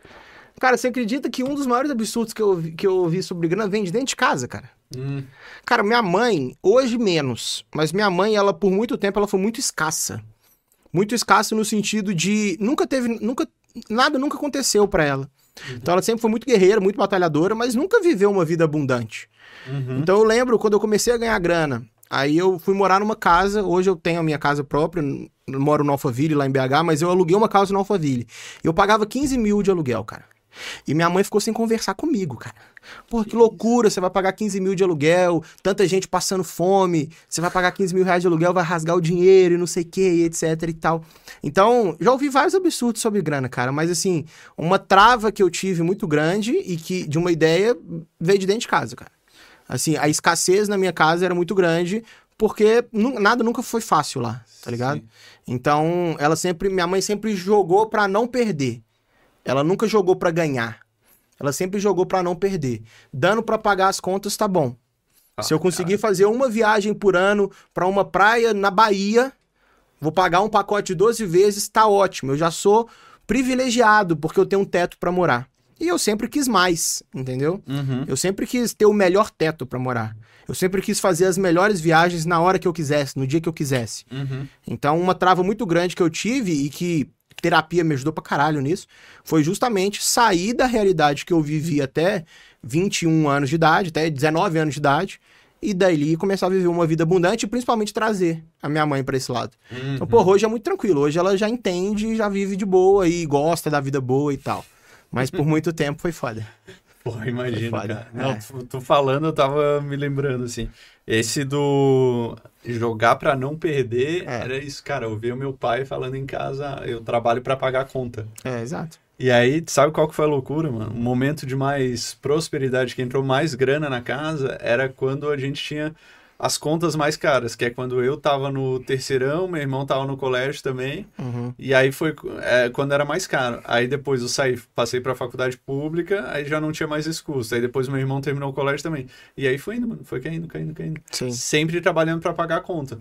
Cara, você acredita que um dos maiores absurdos que eu ouvi, que eu ouvi sobre grana vem de dentro de casa, cara? Hum. Cara, minha mãe, hoje menos, mas minha mãe, ela por muito tempo, ela foi muito escassa. Muito escassa no sentido de nunca teve, nunca, nada nunca aconteceu pra ela. Uhum. Então ela sempre foi muito guerreira, muito batalhadora, mas nunca viveu uma vida abundante. Uhum. Então eu lembro quando eu comecei a ganhar grana, aí eu fui morar numa casa, hoje eu tenho a minha casa própria, eu moro no Alphaville, lá em B H, mas eu aluguei uma casa no Alphaville. Eu pagava quinze mil de aluguel, cara. E minha mãe ficou sem conversar comigo, cara. Pô, que loucura, você vai pagar quinze mil de aluguel, tanta gente passando fome, você vai pagar quinze mil reais de aluguel, vai rasgar o dinheiro e não sei o que, etc e tal. Então, já ouvi vários absurdos sobre grana, cara, mas assim, uma trava que eu tive muito grande e que, de uma ideia, veio de dentro de casa, cara. Assim, a escassez na minha casa era muito grande, porque nada nunca foi fácil lá, tá ligado? Sim. Então, ela sempre, minha mãe sempre jogou pra não perder. Ela nunca jogou pra ganhar. Ela sempre jogou pra não perder. Dando pra pagar as contas, tá bom. Ah, Se eu conseguir cara. fazer uma viagem por ano pra uma praia na Bahia, vou pagar um pacote de doze vezes, tá ótimo. Eu já sou privilegiado, porque eu tenho um teto pra morar. E eu sempre quis mais, entendeu? Uhum. Eu sempre quis ter o melhor teto pra morar. Eu sempre quis fazer as melhores viagens na hora que eu quisesse, no dia que eu quisesse. Uhum. Então, uma trava muito grande que eu tive e que terapia me ajudou pra caralho nisso, foi justamente sair da realidade que eu vivi até vinte e um anos de idade, até dezenove anos de idade, e daí começar a viver uma vida abundante e principalmente trazer a minha mãe pra esse lado. Uhum. Então, pô, hoje é muito tranquilo, hoje ela já entende, já vive de boa e gosta da vida boa e tal. Mas por muito tempo foi foda. Pô, imagina, cara. Não, é. tu, tu falando, eu tava me lembrando, assim. Esse do jogar pra não perder, é. era isso, cara. Eu vi o meu pai falando em casa, eu trabalho pra pagar a conta. É, exato. E aí, sabe qual que foi a loucura, mano? Um momento de mais prosperidade, que entrou mais grana na casa, era quando a gente tinha as contas mais caras, que é quando eu tava no terceirão, meu irmão tava no colégio também, uhum. e aí foi é, quando era mais caro. Aí depois eu saí, passei pra faculdade pública, aí já não tinha mais esse custo. Aí depois meu irmão terminou o colégio também. E aí foi indo, mano, foi caindo, caindo, caindo. Sim. Sempre trabalhando pra pagar a conta.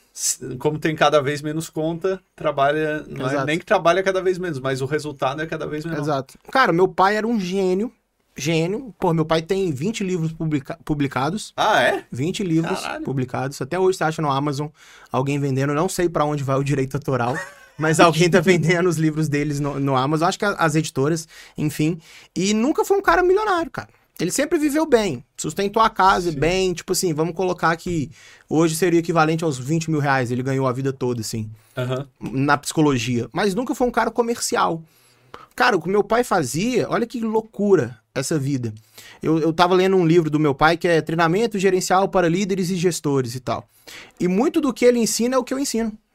Como tem cada vez menos conta, trabalha, não é nem que trabalha cada vez menos, mas o resultado é cada vez menor. Exato. Cara, meu pai era um gênio. Gênio. Pô, meu pai tem vinte livros publica- publicados. Ah, é? vinte livros Caralho. publicados. Até hoje você acha no Amazon alguém vendendo. Não sei pra onde vai o direito autoral, mas alguém tá vendendo os livros deles no, no Amazon. Acho que as editoras, enfim. E nunca foi um cara milionário, cara. Ele sempre viveu bem. Sustentou a casa Sim. bem. Tipo assim, vamos colocar que hoje seria equivalente aos vinte mil reais. Ele ganhou a vida toda, assim. Uhum. Na psicologia. Mas nunca foi um cara comercial. Cara, o que meu pai fazia, olha que loucura essa vida. Eu, eu tava lendo um livro do meu pai que é Treinamento Gerencial para Líderes e Gestores e tal. E muito do que ele ensina é o que eu ensino.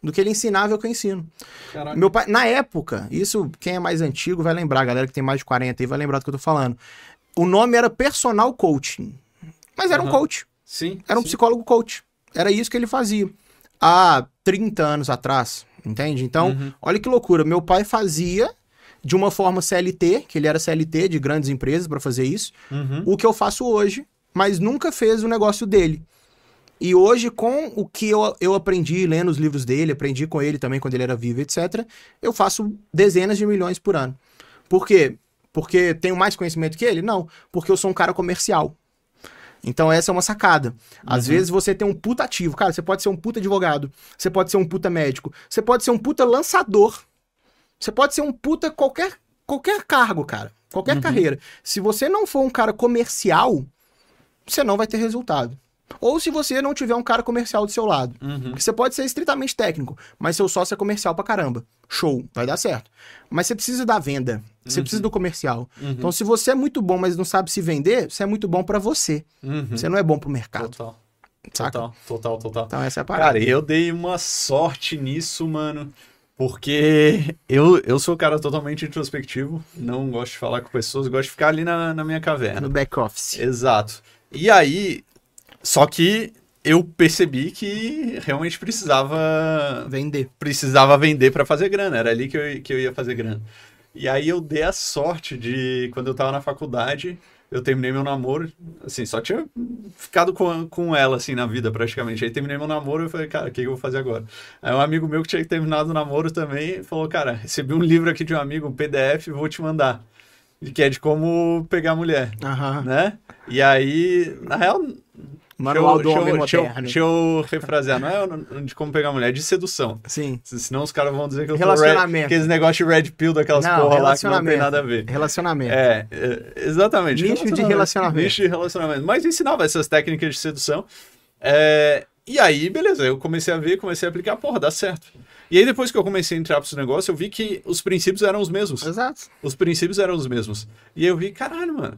do que ele ensinava é o que eu ensino. Caraca. Meu pai, na época, isso quem é mais antigo vai lembrar, a galera que tem mais de quarenta aí vai lembrar do que eu tô falando. O nome era personal coaching, mas era Uhum. um coach, Sim. era um sim. psicólogo coach. Era isso que ele fazia há trinta anos atrás, entende? Então, Uhum. olha que loucura, meu pai fazia de uma forma C L T, que ele era C L T de grandes empresas para fazer isso, Uhum. o que eu faço hoje, mas nunca fez o negócio dele. E hoje, com o que eu, eu aprendi lendo os livros dele, aprendi com ele também quando ele era vivo, etcétera, eu faço dezenas de milhões por ano. Por quê? Porque tenho mais conhecimento que ele? Não. Porque eu sou um cara comercial. Então essa é uma sacada. Às Uhum. vezes você tem um puta ativo. Cara, você pode ser um puta advogado, você pode ser um puta médico, você pode ser um puta lançador, você pode ser um puta qualquer, qualquer cargo, cara. Qualquer Uhum. carreira. Se você não for um cara comercial, você não vai ter resultado. Ou se você não tiver um cara comercial do seu lado. Uhum. Porque você pode ser estritamente técnico, mas seu sócio é comercial pra caramba. Show, vai dar certo. Mas você precisa da venda, você Uhum. precisa do comercial. Uhum. Então, se você é muito bom, mas não sabe se vender, você é muito bom pra você. Uhum. Você não é bom pro mercado, Total. saca? Total, total, total. Então, essa é a parada. Cara, eu dei uma sorte nisso, mano. Porque eu, eu sou um cara totalmente introspectivo. Não gosto de falar com pessoas, gosto de ficar ali na, na minha caverna. No back office. Exato. E aí, só que eu percebi que realmente precisava Vender. precisava vender para fazer grana. Era ali que eu, que eu ia fazer grana. E aí eu dei a sorte de, quando eu tava na faculdade, eu terminei meu namoro, assim, só tinha ficado com, com ela, assim, na vida, praticamente. Aí terminei meu namoro e eu falei, cara, o que eu vou fazer agora? Aí um amigo meu que tinha terminado o namoro também falou, cara, recebi um livro aqui de um amigo, um P D F, vou te mandar. Que é de como pegar mulher, Aham. né? E aí, na real... Manual do deixa eu- homem deixa eu- moderno. Deixa eu refrasear, não é de como pegar mulher, é de sedução. Sim. Senão os caras vão dizer que eu sou Relacionamento. red, aqueles negócios de red pill daquelas Não, porra lá que não relacionamento. tem nada a ver. Relacionamento. É, é, exatamente. Nicho de relacionamento. Nicho de relacionamento. Mas ensinava essas técnicas de sedução. É, e aí, beleza, eu comecei a ver, comecei a aplicar, porra, dá certo. E aí depois que eu comecei a entrar pros negócios, eu vi que os princípios eram os mesmos. Exato. Os princípios eram os mesmos. E aí eu vi, caralho, mano,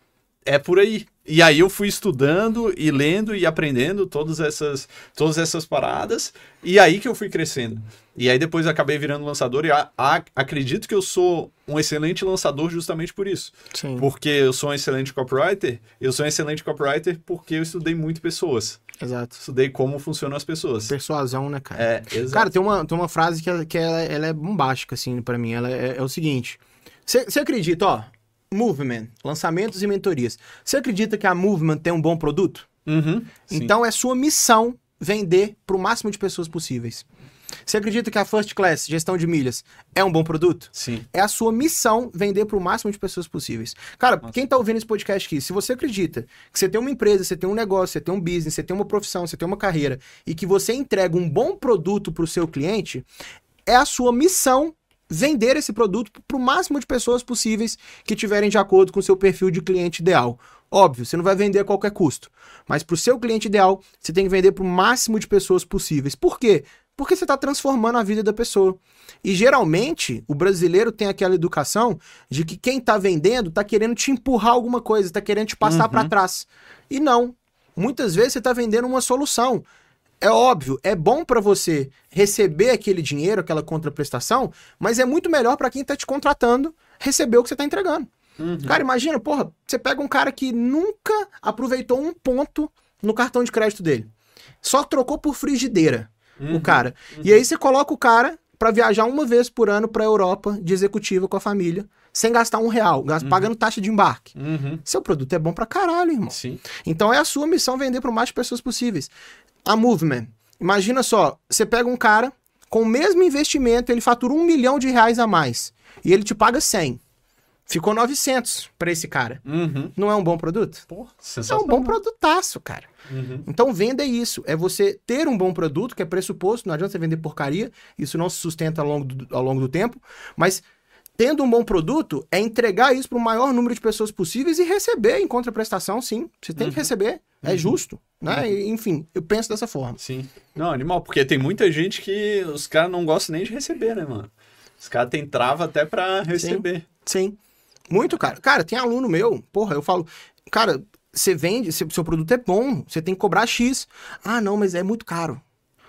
é por aí. E aí eu fui estudando e lendo e aprendendo todas essas, todas essas paradas. E aí que eu fui crescendo. E aí depois eu acabei virando lançador e a, a, acredito que eu sou um excelente lançador justamente por isso. Sim. Porque eu sou um excelente copywriter. Eu sou um excelente copywriter porque eu estudei muito pessoas. Exato. Estudei como funcionam as pessoas. Persuasão, né, cara? É, exato. Cara, tem uma, tem uma frase que, ela, que ela, ela é bombástica, assim, pra mim. Ela é, é o seguinte. Você acredita, ó, Movement, lançamentos e mentorias. Você acredita que a Movement tem um bom produto? Uhum, sim. Então é sua missão vender pro máximo de pessoas possíveis. Você acredita que a First Class, gestão de milhas, é um bom produto? Sim. É a sua missão vender pro máximo de pessoas possíveis. Cara, Nossa. quem tá ouvindo esse podcast aqui, se você acredita que você tem uma empresa, você tem um negócio, você tem um business, você tem uma profissão, você tem uma carreira e que você entrega um bom produto pro seu cliente, é a sua missão vender esse produto pro máximo de pessoas possíveis que tiverem de acordo com o seu perfil de cliente ideal. Óbvio, você não vai vender a qualquer custo, mas pro seu cliente ideal, você tem que vender pro máximo de pessoas possíveis. Por quê? Porque você está transformando a vida da pessoa. E geralmente, o brasileiro tem aquela educação de que quem está vendendo está querendo te empurrar alguma coisa, está querendo te passar Uhum. para trás. E não. Muitas vezes você está vendendo uma solução. É óbvio, é bom para você receber aquele dinheiro, aquela contraprestação, mas é muito melhor para quem está te contratando receber o que você está entregando. Uhum. Cara, imagina, porra, você pega um cara que nunca aproveitou um ponto no cartão de crédito dele. Só trocou por frigideira. Uhum. O cara. E aí você coloca o cara pra viajar uma vez por ano pra Europa de executiva com a família, sem gastar um real, gas- Uhum. pagando taxa de embarque. Uhum. Seu produto é bom pra caralho, irmão. Sim. Então é a sua missão vender pro mais pessoas possíveis. A Movement. Imagina só, você pega um cara com o mesmo investimento, ele fatura um milhão de reais a mais e ele te paga cem. Ficou novecentos pra esse cara. Uhum. Não é um bom produto? Porra, É sensacional. um bom produtaço, cara. Uhum. Então, venda é isso. É você ter um bom produto, que é pressuposto. Não adianta você vender porcaria. Isso não se sustenta ao longo do, ao longo do tempo. Mas, tendo um bom produto, é entregar isso para o maior número de pessoas possíveis e receber em contraprestação, sim. Você tem que receber. É justo. Né? E, enfim, eu penso dessa forma. Sim. Não, animal, porque tem muita gente que os caras não gostam nem de receber, né, mano? Os caras têm trava até pra receber. Sim. Muito, cara. Cara, tem aluno meu. Porra, eu falo... Cara, você vende... Seu seu produto é bom. Você tem que cobrar X. Ah, não, mas é muito caro.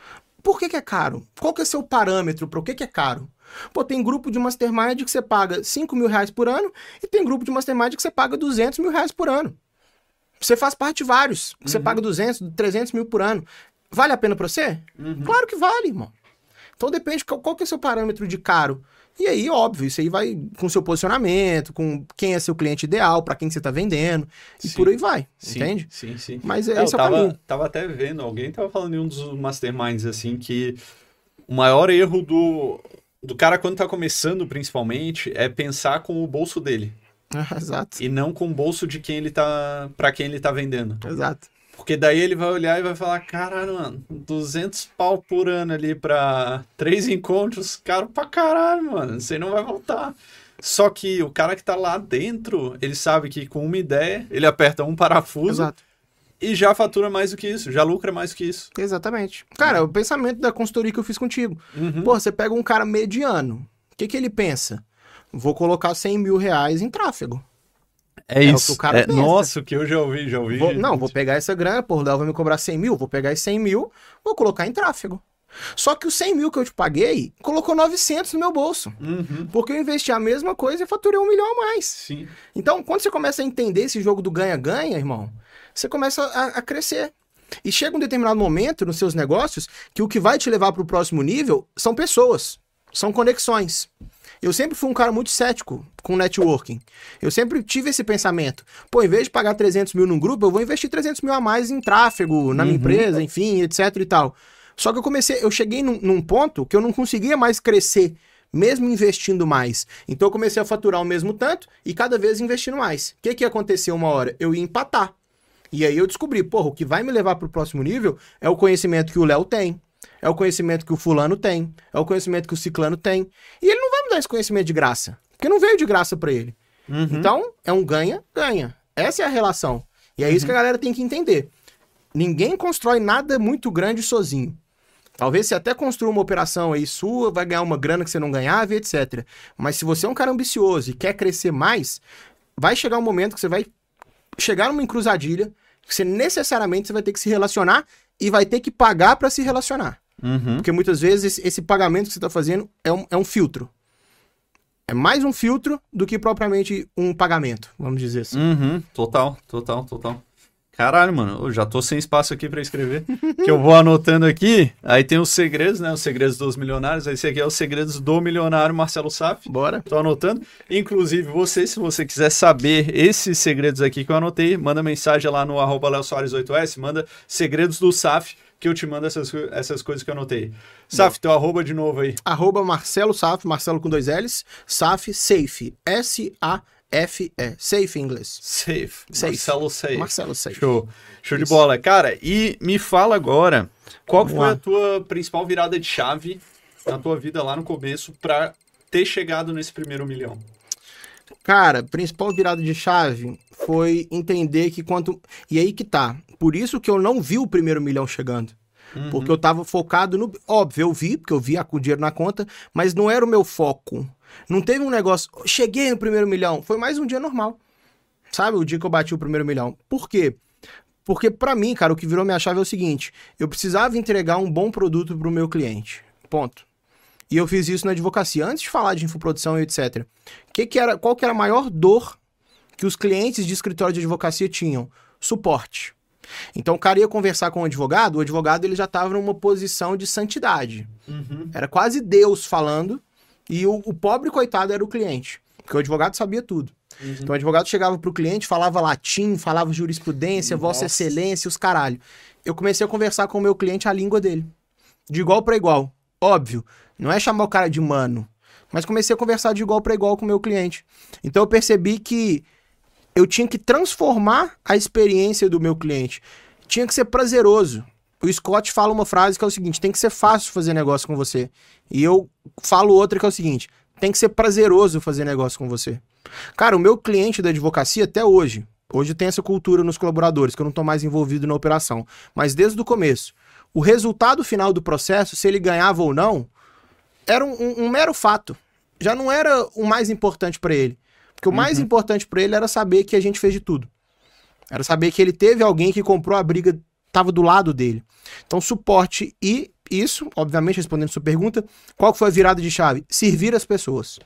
por que que é caro? Qual que é seu parâmetro para o que que é caro? Pô, tem grupo de mastermind que você paga cinco mil reais por ano e tem grupo de mastermind que você paga duzentos mil reais por ano. Você faz parte de vários. Uhum. Você paga duzentos, trezentos mil por ano. Vale a pena para você? Uhum. Claro que vale, irmão. Então depende qual, qual que é seu parâmetro de caro. E aí, óbvio, isso aí vai com seu posicionamento, com quem é seu cliente ideal, para quem você tá vendendo, e sim, por aí vai, sim, entende? Sim, sim. Mas é, esse eu é o tava, caminho. tava até vendo, alguém tava falando em um dos masterminds, assim, que o maior erro do, do cara quando tá começando, principalmente, é pensar com o bolso dele. Exato. E não com o bolso de quem ele tá, para quem ele tá vendendo. Exato. Porque daí ele vai olhar e vai falar, caralho, mano, duzentos pau por ano ali pra três encontros, caro pra caralho, mano, isso aí não vai voltar. Só que o cara que tá lá dentro, ele sabe que com uma ideia, ele aperta um parafuso. Exato. E já fatura mais do que isso, já lucra mais do que isso. Exatamente. Cara, é o pensamento da consultoria que eu fiz contigo. Uhum. Pô, você pega um cara mediano, o que que ele pensa? Vou colocar cem mil reais em tráfego. É, é isso. O que o cara é, nossa, o que eu já ouvi, já ouvi. Vou, não, vou pegar essa grana, pô, o Léo vai me cobrar cem mil, vou pegar esses cem mil, vou colocar em tráfego. Só que os cem mil que eu te paguei, colocou novecentos no meu bolso. Uhum. Porque eu investi a mesma coisa e faturei um milhão a mais. Sim. Então, quando você começa a entender esse jogo do ganha-ganha, irmão, você começa a, a crescer. E chega um determinado momento nos seus negócios que o que vai te levar para o próximo nível são pessoas, são conexões. Eu sempre fui um cara muito cético com networking. Eu sempre tive esse pensamento. Pô, em vez de pagar trezentos mil num grupo, eu vou investir trezentos mil a mais em tráfego, na minha uhum. empresa, enfim, etc e tal. Só que eu comecei, eu cheguei num, num ponto que eu não conseguia mais crescer, mesmo investindo mais. Então eu comecei a faturar o mesmo tanto e cada vez investindo mais. O que que aconteceu uma hora? Eu ia empatar. E aí eu descobri, porra, o que vai me levar para o próximo nível é o conhecimento que o Léo tem. É o conhecimento que o fulano tem, é o conhecimento que o ciclano tem. E ele não vai me dar esse conhecimento de graça, porque não veio de graça pra ele. Uhum. Então, é um ganha-ganha. Essa é a relação. E é uhum. isso que a galera tem que entender. Ninguém constrói nada muito grande sozinho. Talvez você até construa uma operação aí sua, vai ganhar uma grana que você não ganhava, etcétera. Mas se você é um cara ambicioso e quer crescer mais, vai chegar um momento que você vai chegar numa encruzadilha, que você necessariamente você vai ter que se relacionar e vai ter que pagar pra se relacionar. Uhum. Porque muitas vezes esse, esse pagamento que você está fazendo é um, é um filtro. É mais um filtro do que propriamente um pagamento, vamos dizer assim. Uhum. Total, total, total. Caralho, mano, eu já tô sem espaço aqui pra escrever. Que eu vou anotando aqui. Aí tem os segredos, né? Os segredos dos milionários. Esse aqui é os segredos do milionário Marcelo Saffi. Bora. Tô anotando. Inclusive, você, se você quiser saber esses segredos aqui que eu anotei, manda mensagem lá no arroba Léo Soares oito S, manda segredos do Saffi, que eu te mando essas, essas coisas que eu anotei. Saffi, teu arroba de novo aí. Arroba Marcelo Saffi, Marcelo com dois L's, Saffi, Safe, S A F E, Safe em inglês. Safe. Safe. Marcelo Safe. Marcelo Safe. Show. Show Isso. de bola. Cara, e me fala agora, qual Vamos foi lá. a tua principal virada de chave na tua vida lá no começo pra ter chegado nesse primeiro milhão? Cara, principal virada de chave foi entender que quanto... E aí que tá. Por isso que eu não vi o primeiro milhão chegando. Uhum. Porque eu tava focado no... Óbvio, eu vi, porque eu vi com o dinheiro na conta, mas não era o meu foco. Não teve um negócio... Cheguei no primeiro milhão. Foi mais um dia normal. Sabe? O dia que eu bati o primeiro milhão. Por quê? Porque pra mim, cara, o que virou minha chave é o seguinte. Eu precisava entregar um bom produto pro meu cliente. Ponto. E eu fiz isso na advocacia, antes de falar de infoprodução e etcétera. Que que era, qual que era a maior dor que os clientes de escritório de advocacia tinham? Suporte. Então o cara ia conversar com o advogado, o advogado ele já estava numa posição de santidade. Uhum. Era quase Deus falando, e o, o pobre coitado era o cliente, porque o advogado sabia tudo. Uhum. Então o advogado chegava pro cliente, falava latim, falava jurisprudência, Nossa. vossa excelência, os caralho. Eu comecei a conversar com o meu cliente a língua dele, de igual para igual. Óbvio, não é chamar o cara de mano, mas comecei a conversar de igual para igual com o meu cliente. Então eu percebi que eu tinha que transformar a experiência do meu cliente. Tinha que ser prazeroso. O Scott fala uma frase que é o seguinte, tem que ser fácil fazer negócio com você. E eu falo outra que é o seguinte, tem que ser prazeroso fazer negócio com você. Cara, o meu cliente da advocacia até hoje, hoje tem essa cultura nos colaboradores, que eu não estou mais envolvido na operação, mas desde o começo, o resultado final do processo, se ele ganhava ou não, era um, um, um mero fato. Já não era o mais importante para ele. Porque o mais uhum. importante para ele era saber que a gente fez de tudo. Era saber que ele teve alguém que comprou a briga, estava do lado dele. Então, suporte e isso, obviamente, respondendo sua pergunta, qual foi a virada de chave? Servir as pessoas.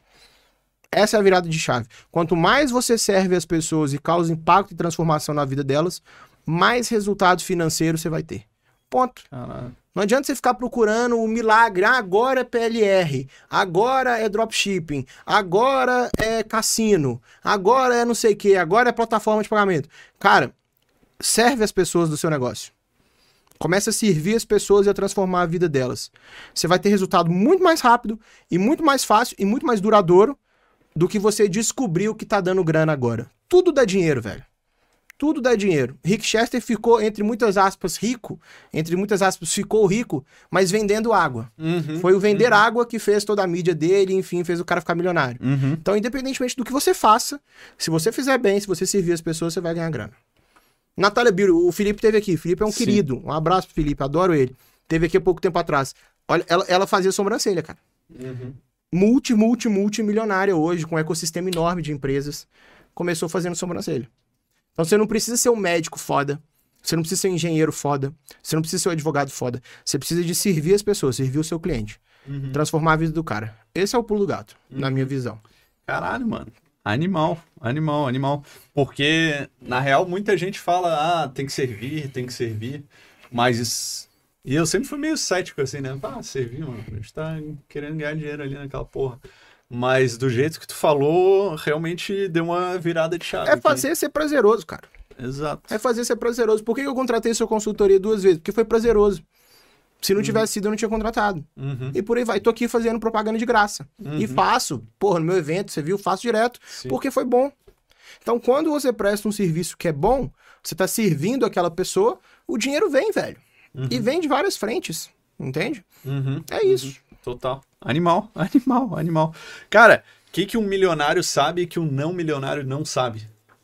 Essa é a virada de chave. Quanto mais você serve as pessoas e causa impacto e transformação na vida delas, mais resultado financeiro você vai ter. Ponto. Caralho. Não adianta você ficar procurando o milagre. Ah, agora é P L R, agora é dropshipping, agora é cassino, agora é não sei o que, agora é plataforma de pagamento. Cara, serve as pessoas do seu negócio. Começa a servir as pessoas e a transformar a vida delas. Você vai ter resultado muito mais rápido e muito mais fácil e muito mais duradouro do que você descobrir o que tá dando grana agora. Tudo dá dinheiro, velho. Tudo dá dinheiro. Rick Chester ficou, entre muitas aspas, rico. Entre muitas aspas, ficou rico, mas vendendo água. Uhum, Foi o vender uhum. água que fez toda a mídia dele, enfim, fez o cara ficar milionário. Uhum. Então, independentemente do que você faça, se você fizer bem, se você servir as pessoas, você vai ganhar grana. Natália Biro, o Felipe teve aqui. O Felipe é um Sim. querido. Um abraço pro Felipe, adoro ele. Teve aqui há pouco tempo atrás. Olha, ela, ela fazia sobrancelha, cara. Uhum. Multi, multi, multimilionária hoje, com um ecossistema enorme de empresas. Começou fazendo sobrancelha. Então você não precisa ser um médico foda, você não precisa ser um engenheiro foda, você não precisa ser um advogado foda. Você precisa de servir as pessoas, servir o seu cliente. Uhum. Transformar a vida do cara. Esse é o pulo do gato, Uhum. na minha visão. Caralho, mano. Animal, animal, animal. Porque, na real, muita gente fala, ah, tem que servir, tem que servir. Mas... E eu sempre fui meio cético, assim, né? Ah, servir, mano. A gente tá querendo ganhar dinheiro ali naquela porra. Mas do jeito que tu falou, realmente deu uma virada de chave. É aqui. fazer ser prazeroso, cara. Exato. É fazer ser prazeroso. Por que eu contratei sua consultoria duas vezes? Porque foi prazeroso. Se não tivesse sido, eu não tinha contratado. Uhum. E por aí vai. Tô aqui fazendo propaganda de graça. Uhum. E faço. Porra, no meu evento, você viu? Faço direto. Sim. Porque foi bom. Então, quando você presta um serviço que é bom, você tá servindo aquela pessoa, o dinheiro vem, velho. Uhum. E vem de várias frentes. Entende? Uhum. É isso. Uhum. Total. Animal, animal, animal. Cara, o que, que um milionário sabe que um não milionário não sabe?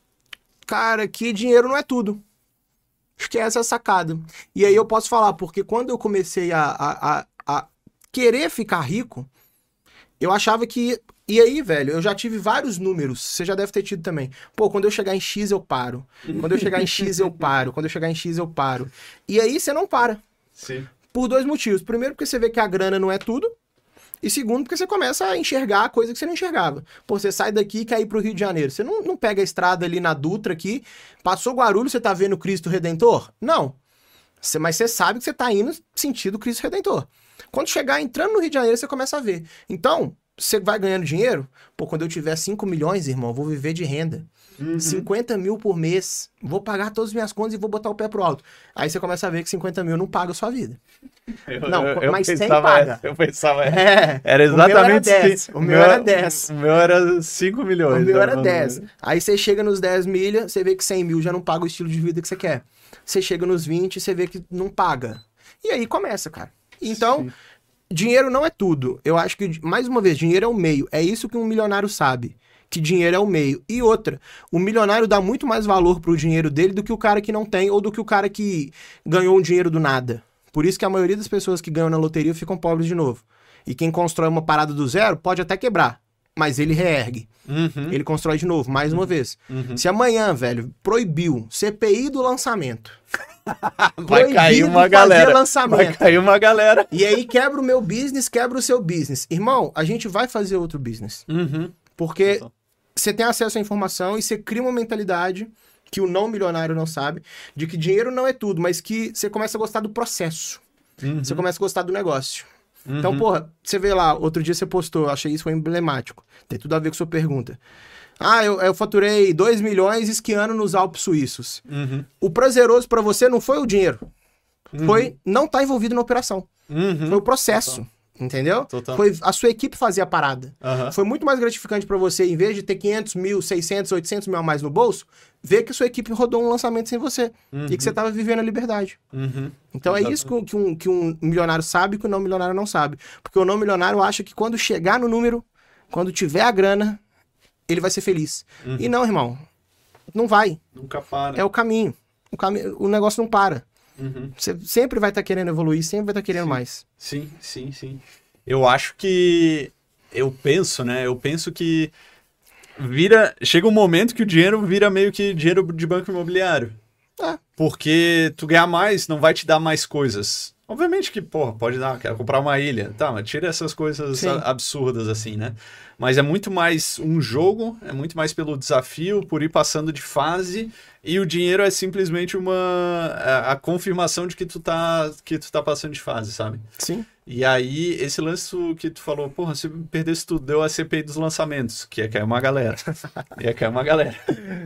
Cara, que dinheiro não é tudo. Acho que essa é a sacada. E aí eu posso falar, porque quando eu comecei a, a, a, a querer ficar rico, eu achava que... E aí, velho, eu já tive vários números, você já deve ter tido também. Pô, quando eu chegar em X eu paro. Quando eu chegar em X eu paro. Quando eu chegar em X eu paro. E aí você não para. Sim. Por dois motivos. Primeiro, porque você vê que a grana não é tudo. E segundo, porque você começa a enxergar coisa que você não enxergava. Pô, você sai daqui e quer ir pro Rio de Janeiro. Você não, não pega a estrada ali na Dutra aqui, passou Guarulhos, você tá vendo Cristo Redentor? Não. Você, mas você sabe que você tá indo sentido Cristo Redentor. Quando chegar entrando no Rio de Janeiro, você começa a ver. Então, você vai ganhando dinheiro? Pô, quando eu tiver cinco milhões, irmão, eu vou viver de renda. Uhum. cinquenta mil por mês. Vou pagar todas as minhas contas e vou botar o pé pro alto. Aí você começa a ver que cinquenta mil não paga a sua vida. Eu, Não, eu, eu mas cem pensava paga. essa, eu pensava essa. É. Era exatamente O meu era dez. sim. O meu era dez. O meu era cinco milhões. O meu né, era mano? dez. Aí você chega nos dez milha, você vê que cem mil já não paga o estilo de vida que você quer. Você chega nos vinte, você vê que não paga. E aí começa, cara. Então, Sim. dinheiro não é tudo. Eu acho que, mais uma vez, dinheiro é o meio. É isso que um milionário sabe. Que dinheiro é o meio. E outra, o milionário dá muito mais valor pro dinheiro dele do que o cara que não tem ou do que o cara que ganhou um dinheiro do nada. Por isso que a maioria das pessoas que ganham na loteria ficam pobres de novo. E quem constrói uma parada do zero pode até quebrar, mas ele reergue. Uhum. Ele constrói de novo, mais uma vez. Uhum. Se amanhã, velho, proibiu C P I do lançamento. Vai cair proibido uma fazer galera. lançamento. Vai cair uma galera. E aí quebra o meu business, quebra o seu business. Irmão, a gente vai fazer outro business. Uhum. Porque você tem acesso à informação e você cria uma mentalidade que o não milionário não sabe, de que dinheiro não é tudo, mas que você começa a gostar do processo. Uhum. Você começa a gostar do negócio. Uhum. Então, porra, você vê lá, outro dia você postou, eu achei isso foi emblemático. Tem tudo a ver com sua pergunta. Ah, eu, eu faturei dois milhões esquiando nos Alpes Suíços. Uhum. O prazeroso pra você não foi o dinheiro. Uhum. Foi não estar envolvido na operação. Uhum. Foi o processo. Entendeu? Total. Foi a sua equipe fazer a parada. Uhum. Foi muito mais gratificante pra você, em vez de ter quinhentos mil, seiscentos, oitocentos mil a mais no bolso, ver que a sua equipe rodou um lançamento sem você. Uhum. E que você tava vivendo a liberdade. Uhum. Então é Exato. isso que, que um, que um milionário sabe e que o não milionário não sabe. Porque o não milionário acha que quando chegar no número, quando tiver a grana, ele vai ser feliz. Uhum. E não, irmão. Não vai. Nunca para. É o caminho. O, cami... o negócio não para. Uhum. Você sempre vai estar querendo evoluir, sempre vai estar querendo Sim. mais. Sim, sim, sim. Eu acho que... Eu penso, né? Eu penso que vira... Chega um momento que o dinheiro vira meio que dinheiro de banco imobiliário. É. Porque tu ganhar mais não vai te dar mais coisas. Obviamente que, porra, pode dar, quero comprar uma ilha. Tá, mas tira essas coisas Sim. absurdas assim, né? Mas é muito mais um jogo, é muito mais pelo desafio, por ir passando de fase, e o dinheiro é simplesmente uma a, a confirmação de que tu tá que tu tá passando de fase, sabe? Sim. E aí, esse lance que tu falou, porra, se perdesse tudo, deu a C P I dos lançamentos, que ia cair uma galera. Ia cair uma galera.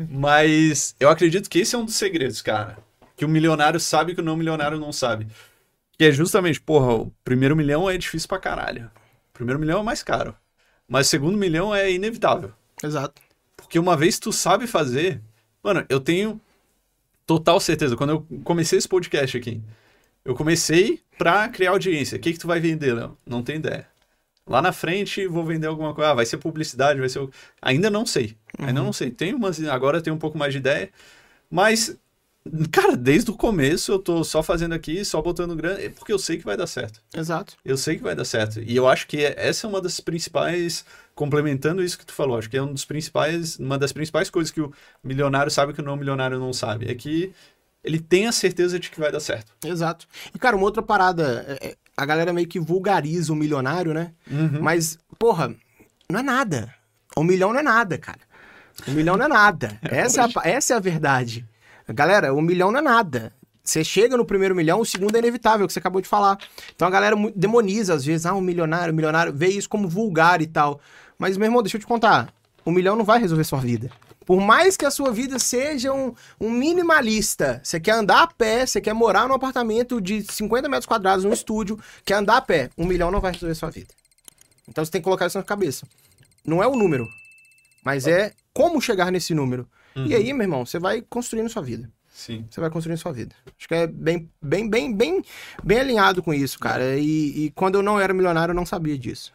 Mas eu acredito que esse é um dos segredos, cara. Que o milionário sabe que o não milionário não sabe. Que é justamente, porra, o primeiro milhão é difícil pra caralho. O primeiro milhão é mais caro. Mas o segundo milhão é inevitável. Exato. Porque uma vez tu sabe fazer... Mano, eu tenho total certeza. Quando eu comecei esse podcast aqui, eu comecei pra criar audiência. O que que tu vai vender, Léo? Não tenho ideia. Lá na frente vou vender alguma coisa. Ah, vai ser publicidade, vai ser... Ainda não sei. Ainda Uhum. não sei. Tenho umas... Agora eu tenho um pouco mais de ideia. Mas... Cara, desde o começo eu tô só fazendo aqui, só botando grana, porque eu sei que vai dar certo. Exato. Eu sei que vai dar certo. E eu acho que essa é uma das principais, complementando isso que tu falou, acho que é um dos principais, uma das principais coisas que o milionário sabe que o não milionário não sabe. É que ele tem a certeza de que vai dar certo. Exato. E, cara, uma outra parada, é- é- a galera meio que vulgariza o milionário, né? Uhum. Mas, porra, não é nada. Um milhão não é nada, cara. Um milhão não é nada. Essa é, a, pa- essa é a verdade. Galera, um milhão não é nada. Você chega no primeiro milhão, o segundo é inevitável, que você acabou de falar. Então a galera mu- demoniza, às vezes, ah, um milionário, um milionário, vê isso como vulgar e tal. Mas, meu irmão, deixa eu te contar, um milhão não vai resolver sua vida. Por mais que a sua vida seja um, um minimalista, você quer andar a pé, você quer morar num apartamento de cinquenta metros quadrados, num estúdio, quer andar a pé, um milhão não vai resolver sua vida. Então você tem que colocar isso na cabeça. Não é o número, mas é como chegar nesse número. E aí, meu irmão, você vai construindo sua vida. Sim. Você vai construindo sua vida. Acho que é bem, bem, bem, bem, bem alinhado com isso, cara. E, e quando eu não era milionário, eu não sabia disso.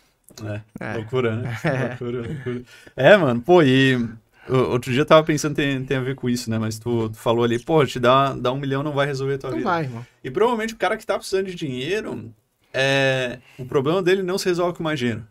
É, É. loucura, né? Loucura, loucura. É, mano, pô, e o- outro dia eu tava pensando, tem, tem a ver com isso, né? Mas tu, tu falou ali, pô, te dá, dá um milhão não vai resolver a tua Não vida. vai, irmão. E provavelmente o cara que tá precisando de dinheiro, é, o problema dele não se resolve com mais dinheiro.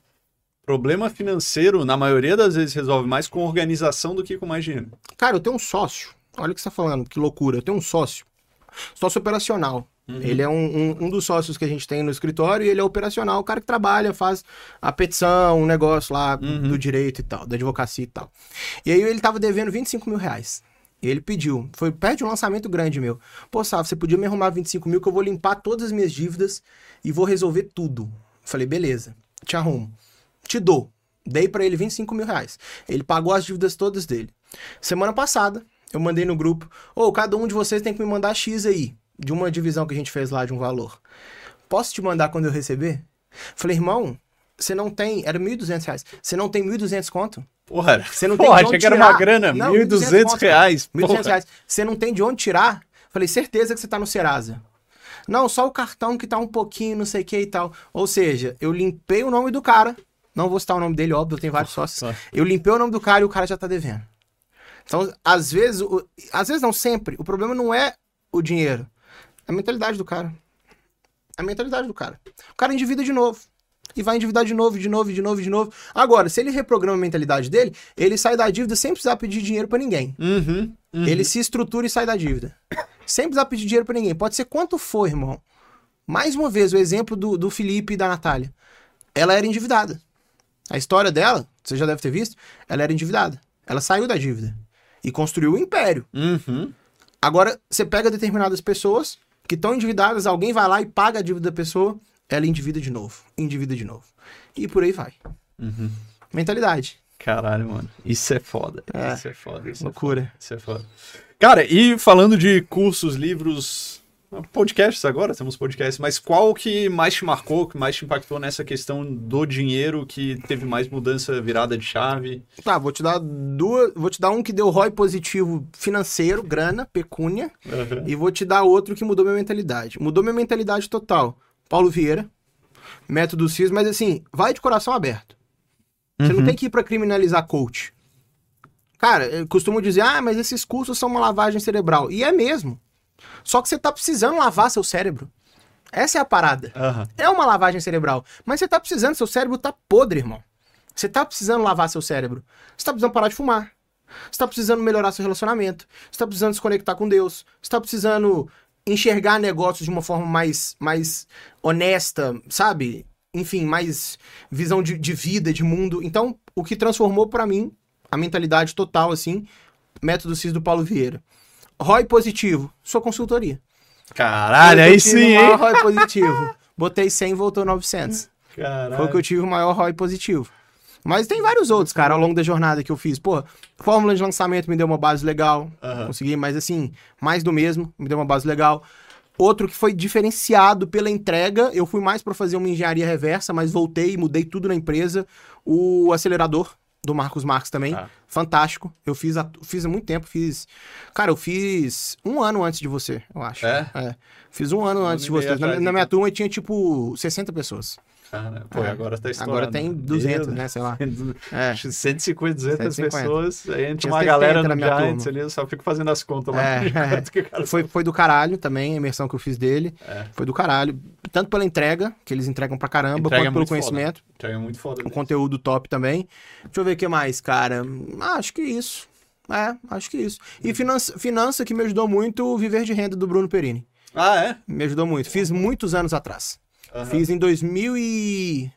Problema financeiro, na maioria das vezes, resolve mais com organização do que com mais dinheiro. Cara, eu tenho um sócio. Olha o que você tá falando, que loucura. Eu tenho um sócio. Sócio operacional. Ele é um, um, um dos sócios que a gente tem no escritório e ele é operacional, o cara que trabalha, faz a petição, um negócio lá do direito e tal, da advocacia e tal. E aí ele tava devendo vinte e cinco mil reais. E ele pediu, foi perto de um lançamento grande meu. Pô, Sávio, você podia me arrumar vinte e cinco mil que eu vou limpar todas as minhas dívidas e vou resolver tudo. Falei, beleza, te arrumo. Te dou. Dei pra ele vinte e cinco mil reais. Ele pagou as dívidas todas dele. Semana passada, eu mandei no grupo, ô, cada um de vocês tem que me mandar X aí, de uma divisão que a gente fez lá de um valor. Posso te mandar quando eu receber? Falei, irmão, você não tem, era mil e duzentos reais, você não tem mil e duzentos conto? Porra, Você não tem porra, de onde achei que era tirar. uma grana, Não, mil e duzentos conto, cara. reais. mil e duzentos porra. reais. Você não tem de onde tirar? Falei, certeza que você tá no Serasa. Não, só o cartão que tá um pouquinho, não sei o que e tal. Ou seja, eu limpei o nome do cara, não vou citar o nome dele, óbvio, eu tenho vários sócios. Eu limpei o nome do cara e o cara já tá devendo. Então, às vezes, o- às vezes não sempre, o problema não é o dinheiro, é a mentalidade do cara. É a mentalidade do cara. O cara endivida de novo. E vai endividar de novo, de novo, de novo, de novo. Agora, se ele reprograma a mentalidade dele, ele sai da dívida sem precisar pedir dinheiro pra ninguém. Uhum, uhum. Ele se estrutura e sai da dívida. Sem precisar pedir dinheiro pra ninguém. Pode ser quanto for, irmão. Mais uma vez, o exemplo do, do Felipe e da Natália. Ela era endividada. A história dela, você já deve ter visto, ela era endividada. Ela saiu da dívida. E construiu o império. Uhum. Agora, você pega determinadas pessoas que estão endividadas, alguém vai lá e paga a dívida da pessoa, ela endivida de novo, endivida de novo. E por aí vai. Uhum. Mentalidade. Caralho, mano. Isso é foda. É. Isso é foda. Isso Loucura. É foda. Isso é foda. Cara, e falando de cursos, livros, podcasts agora, temos podcasts, mas qual que mais te marcou, que mais te impactou nessa questão do dinheiro, que teve mais mudança, virada de chave? Tá, vou te dar duas, vou te dar um que deu R O I positivo financeiro, grana, pecúnia, Uhum. e vou te dar outro que mudou minha mentalidade. Mudou minha mentalidade total. Paulo Vieira, método C I S, mas assim, vai de coração aberto. Você não tem que ir pra criminalizar coach. Cara, eu costumo dizer, ah, mas esses cursos são uma lavagem cerebral. E é mesmo. Só que você tá precisando lavar seu cérebro. Essa é a parada. Aham. É uma lavagem cerebral. Mas você tá precisando, seu cérebro tá podre, irmão. Você tá precisando lavar seu cérebro. Você tá precisando parar de fumar. Você tá precisando melhorar seu relacionamento. Você tá precisando se conectar com Deus. Você tá precisando enxergar negócios de uma forma mais, mais honesta, sabe? Enfim, mais visão de, de vida, de mundo. Então, o que transformou pra mim a mentalidade total, assim, método C I S do Paulo Vieira. R O I positivo, sua consultoria. Caralho, aí sim, hein? R O I positivo. Botei cem e voltou novecentos. Caralho. Foi o que eu tive o maior R O I positivo. Mas tem vários outros, cara, ao longo da jornada que eu fiz. Pô, fórmula de lançamento me deu uma base legal. Uhum. Consegui, mas assim, mais do mesmo, me deu uma base legal. Outro que foi diferenciado pela entrega, eu fui mais pra fazer uma engenharia reversa, mas voltei e mudei tudo na empresa. O acelerador do Marcos Marques também, ah. fantástico. Eu fiz há, fiz há muito tempo, fiz... Cara, eu fiz um ano antes de você, eu acho. É? É. Fiz um ano um antes de você. Na, na minha turma tinha, tipo, sessenta pessoas. Cara, pô, é. agora tá estourando. Agora tem duzentos, Deus. Né, sei lá. É. cento e cinquenta, duzentas cento e cinquenta. Pessoas, aí entra uma galera no Giants ali, eu só fico fazendo as contas lá. É, é. Foi, foi do caralho também, a imersão que eu fiz dele. É. Foi do caralho. Tanto pela entrega, que eles entregam pra caramba, entrega quanto pelo conhecimento. Foda. Entrega muito foda. Um conteúdo top também. Deixa eu ver o que mais, cara. Ah, acho que isso. É, acho que isso. E finança, finança que me ajudou muito, o Viver de Renda do Bruno Perini. Ah, é? Me ajudou muito. Fiz muitos anos atrás. Uhum. Fiz em dois mil e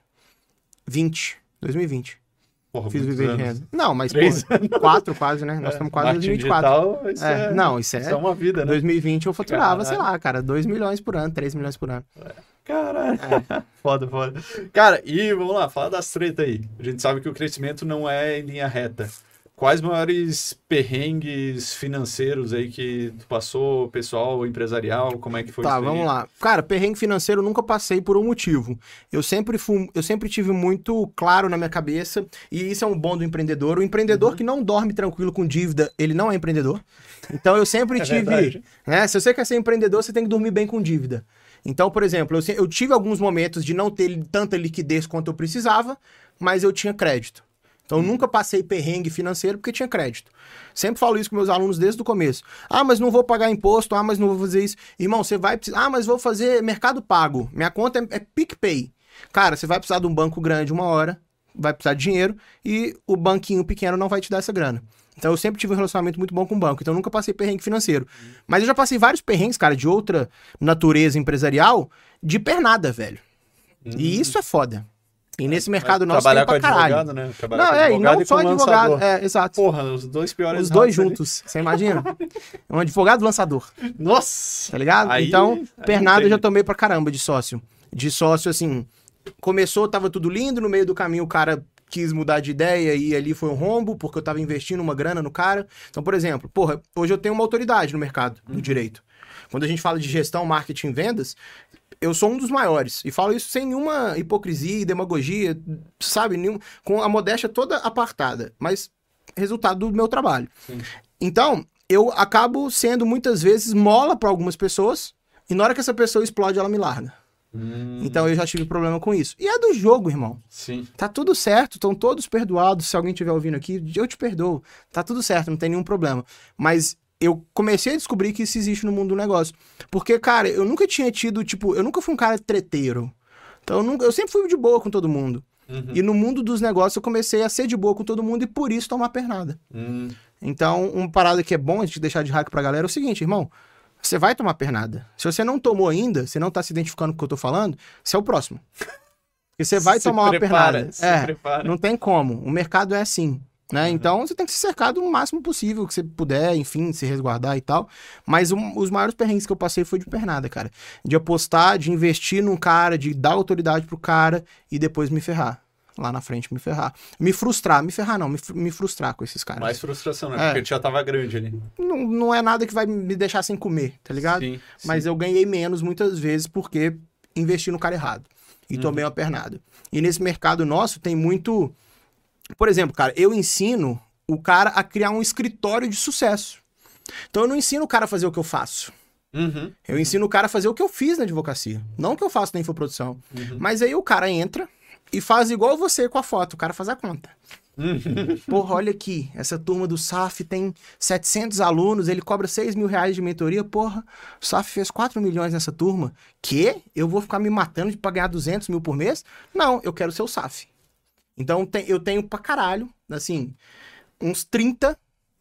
vinte. dois mil e vinte. Porra, fiz Viver anos. de Renda. Não, mas Três porra, quatro quase, né? Nós é, estamos quase em dois mil e vinte e quatro. Digital, isso é, é, não, isso é, isso é uma vida, né? dois mil e vinte eu faturava, Caralho. sei lá, cara, dois milhões por ano, três milhões por ano. Caralho. É. Foda, foda. Cara, e vamos lá, fala das tretas aí. A gente sabe que o crescimento não é em linha reta. Quais maiores perrengues financeiros aí que tu passou, pessoal, empresarial, como é que foi tá, isso aí? Tá, vamos lá. Cara, perrengue financeiro eu nunca passei por um motivo. Eu sempre, fui, eu sempre tive muito claro na minha cabeça, e isso é um bom do empreendedor. O empreendedor uhum. que não dorme tranquilo com dívida, ele não é empreendedor. Então eu sempre é tive... Né, se você quer ser empreendedor, você tem que dormir bem com dívida. Então, por exemplo, eu, eu tive alguns momentos de não ter tanta liquidez quanto eu precisava, mas eu tinha crédito. Então, eu nunca passei perrengue financeiro porque tinha crédito. Sempre falo isso com meus alunos desde o começo. Ah, mas não vou pagar imposto. Ah, mas não vou fazer isso. Irmão, você vai precisar... Ah, mas vou fazer Mercado Pago. Minha conta é, é PicPay. Cara, você vai precisar de um banco grande uma hora, vai precisar de dinheiro e o banquinho pequeno não vai te dar essa grana. Então, eu sempre tive um relacionamento muito bom com o banco. Então, eu nunca passei perrengue financeiro. Uhum. Mas eu já passei vários perrengues, cara, de outra natureza empresarial, de pernada, velho. Uhum. E isso é foda. E nesse mercado nosso trabalhar tem pra com caralho. Advogado, né? Trabalhar não, com é, advogado e não e só com advogado. lançador. É, exato. Porra, os dois piores Os dois ali. juntos, você imagina? Um advogado lançador. Nossa! Tá ligado? Aí, então, aí pernada eu já tomei pra caramba de sócio. De sócio, assim, começou, tava tudo lindo, no meio do caminho o cara quis mudar de ideia e ali foi um rombo, porque eu tava investindo uma grana no cara. Então, por exemplo, porra, hoje eu tenho uma autoridade no mercado, no uhum. direito. Quando a gente fala de gestão, marketing e vendas, eu sou um dos maiores. E falo isso sem nenhuma hipocrisia e demagogia, sabe? Nenhum, com a modéstia toda apartada. Mas resultado do meu trabalho. Sim. Então, eu acabo sendo muitas vezes mola para algumas pessoas e na hora que essa pessoa explode, ela me larga. Hum. Então eu já tive problema com isso. E é do jogo, irmão. Sim. Tá tudo certo, estão todos perdoados. Se alguém estiver ouvindo aqui, eu te perdoo. Tá tudo certo, não tem nenhum problema. Mas eu comecei a descobrir que isso existe no mundo do negócio. Porque, cara, eu nunca tinha tido, tipo, eu nunca fui um cara treteiro. Então eu, nunca, eu sempre fui de boa com todo mundo. Uhum. E no mundo dos negócios eu comecei a ser de boa com todo mundo e por isso tomar pernada. Uhum. Então, uma parada que é bom a gente deixar de hack pra galera é o seguinte, irmão. Você vai tomar pernada. Se você não tomou ainda, você não tá se identificando com o que eu tô falando, você é o próximo. Porque você vai se tomar prepara, uma pernada. Se é, prepara. Não tem como. O mercado é assim. Né? Uhum. Então, você tem que se cercar do máximo possível que você puder, enfim, se resguardar e tal. Mas um, os maiores perrengues que eu passei foi de pernada, cara. De apostar, de investir num cara, de dar autoridade pro cara e depois me ferrar. Lá na frente me ferrar. Me frustrar. Me ferrar não, me, me frustrar com esses caras. Mais frustração, né? É. Porque já tava grande ali. Não, não é nada que vai me deixar sem comer, tá ligado? Sim, Mas sim. eu ganhei menos muitas vezes porque investi no cara errado. E uhum. tomei uma pernada. E nesse mercado nosso tem muito... Por exemplo, cara, eu ensino o cara a criar um escritório de sucesso. Então eu não ensino o cara a fazer o que eu faço. Uhum. Eu ensino o cara a fazer o que eu fiz na advocacia. Não o que eu faço na infoprodução. Uhum. Mas aí o cara entra e faz igual você com a foto. O cara faz a conta. Uhum. Porra, olha aqui. Essa turma do S A F tem setecentos alunos. Ele cobra seis mil reais de mentoria. Porra, o S A F fez quatro milhões nessa turma. Que? Eu vou ficar me matando pra ganhar duzentos mil por mês? Não, eu quero ser o S A F. Então tem, eu tenho pra caralho, assim, uns trinta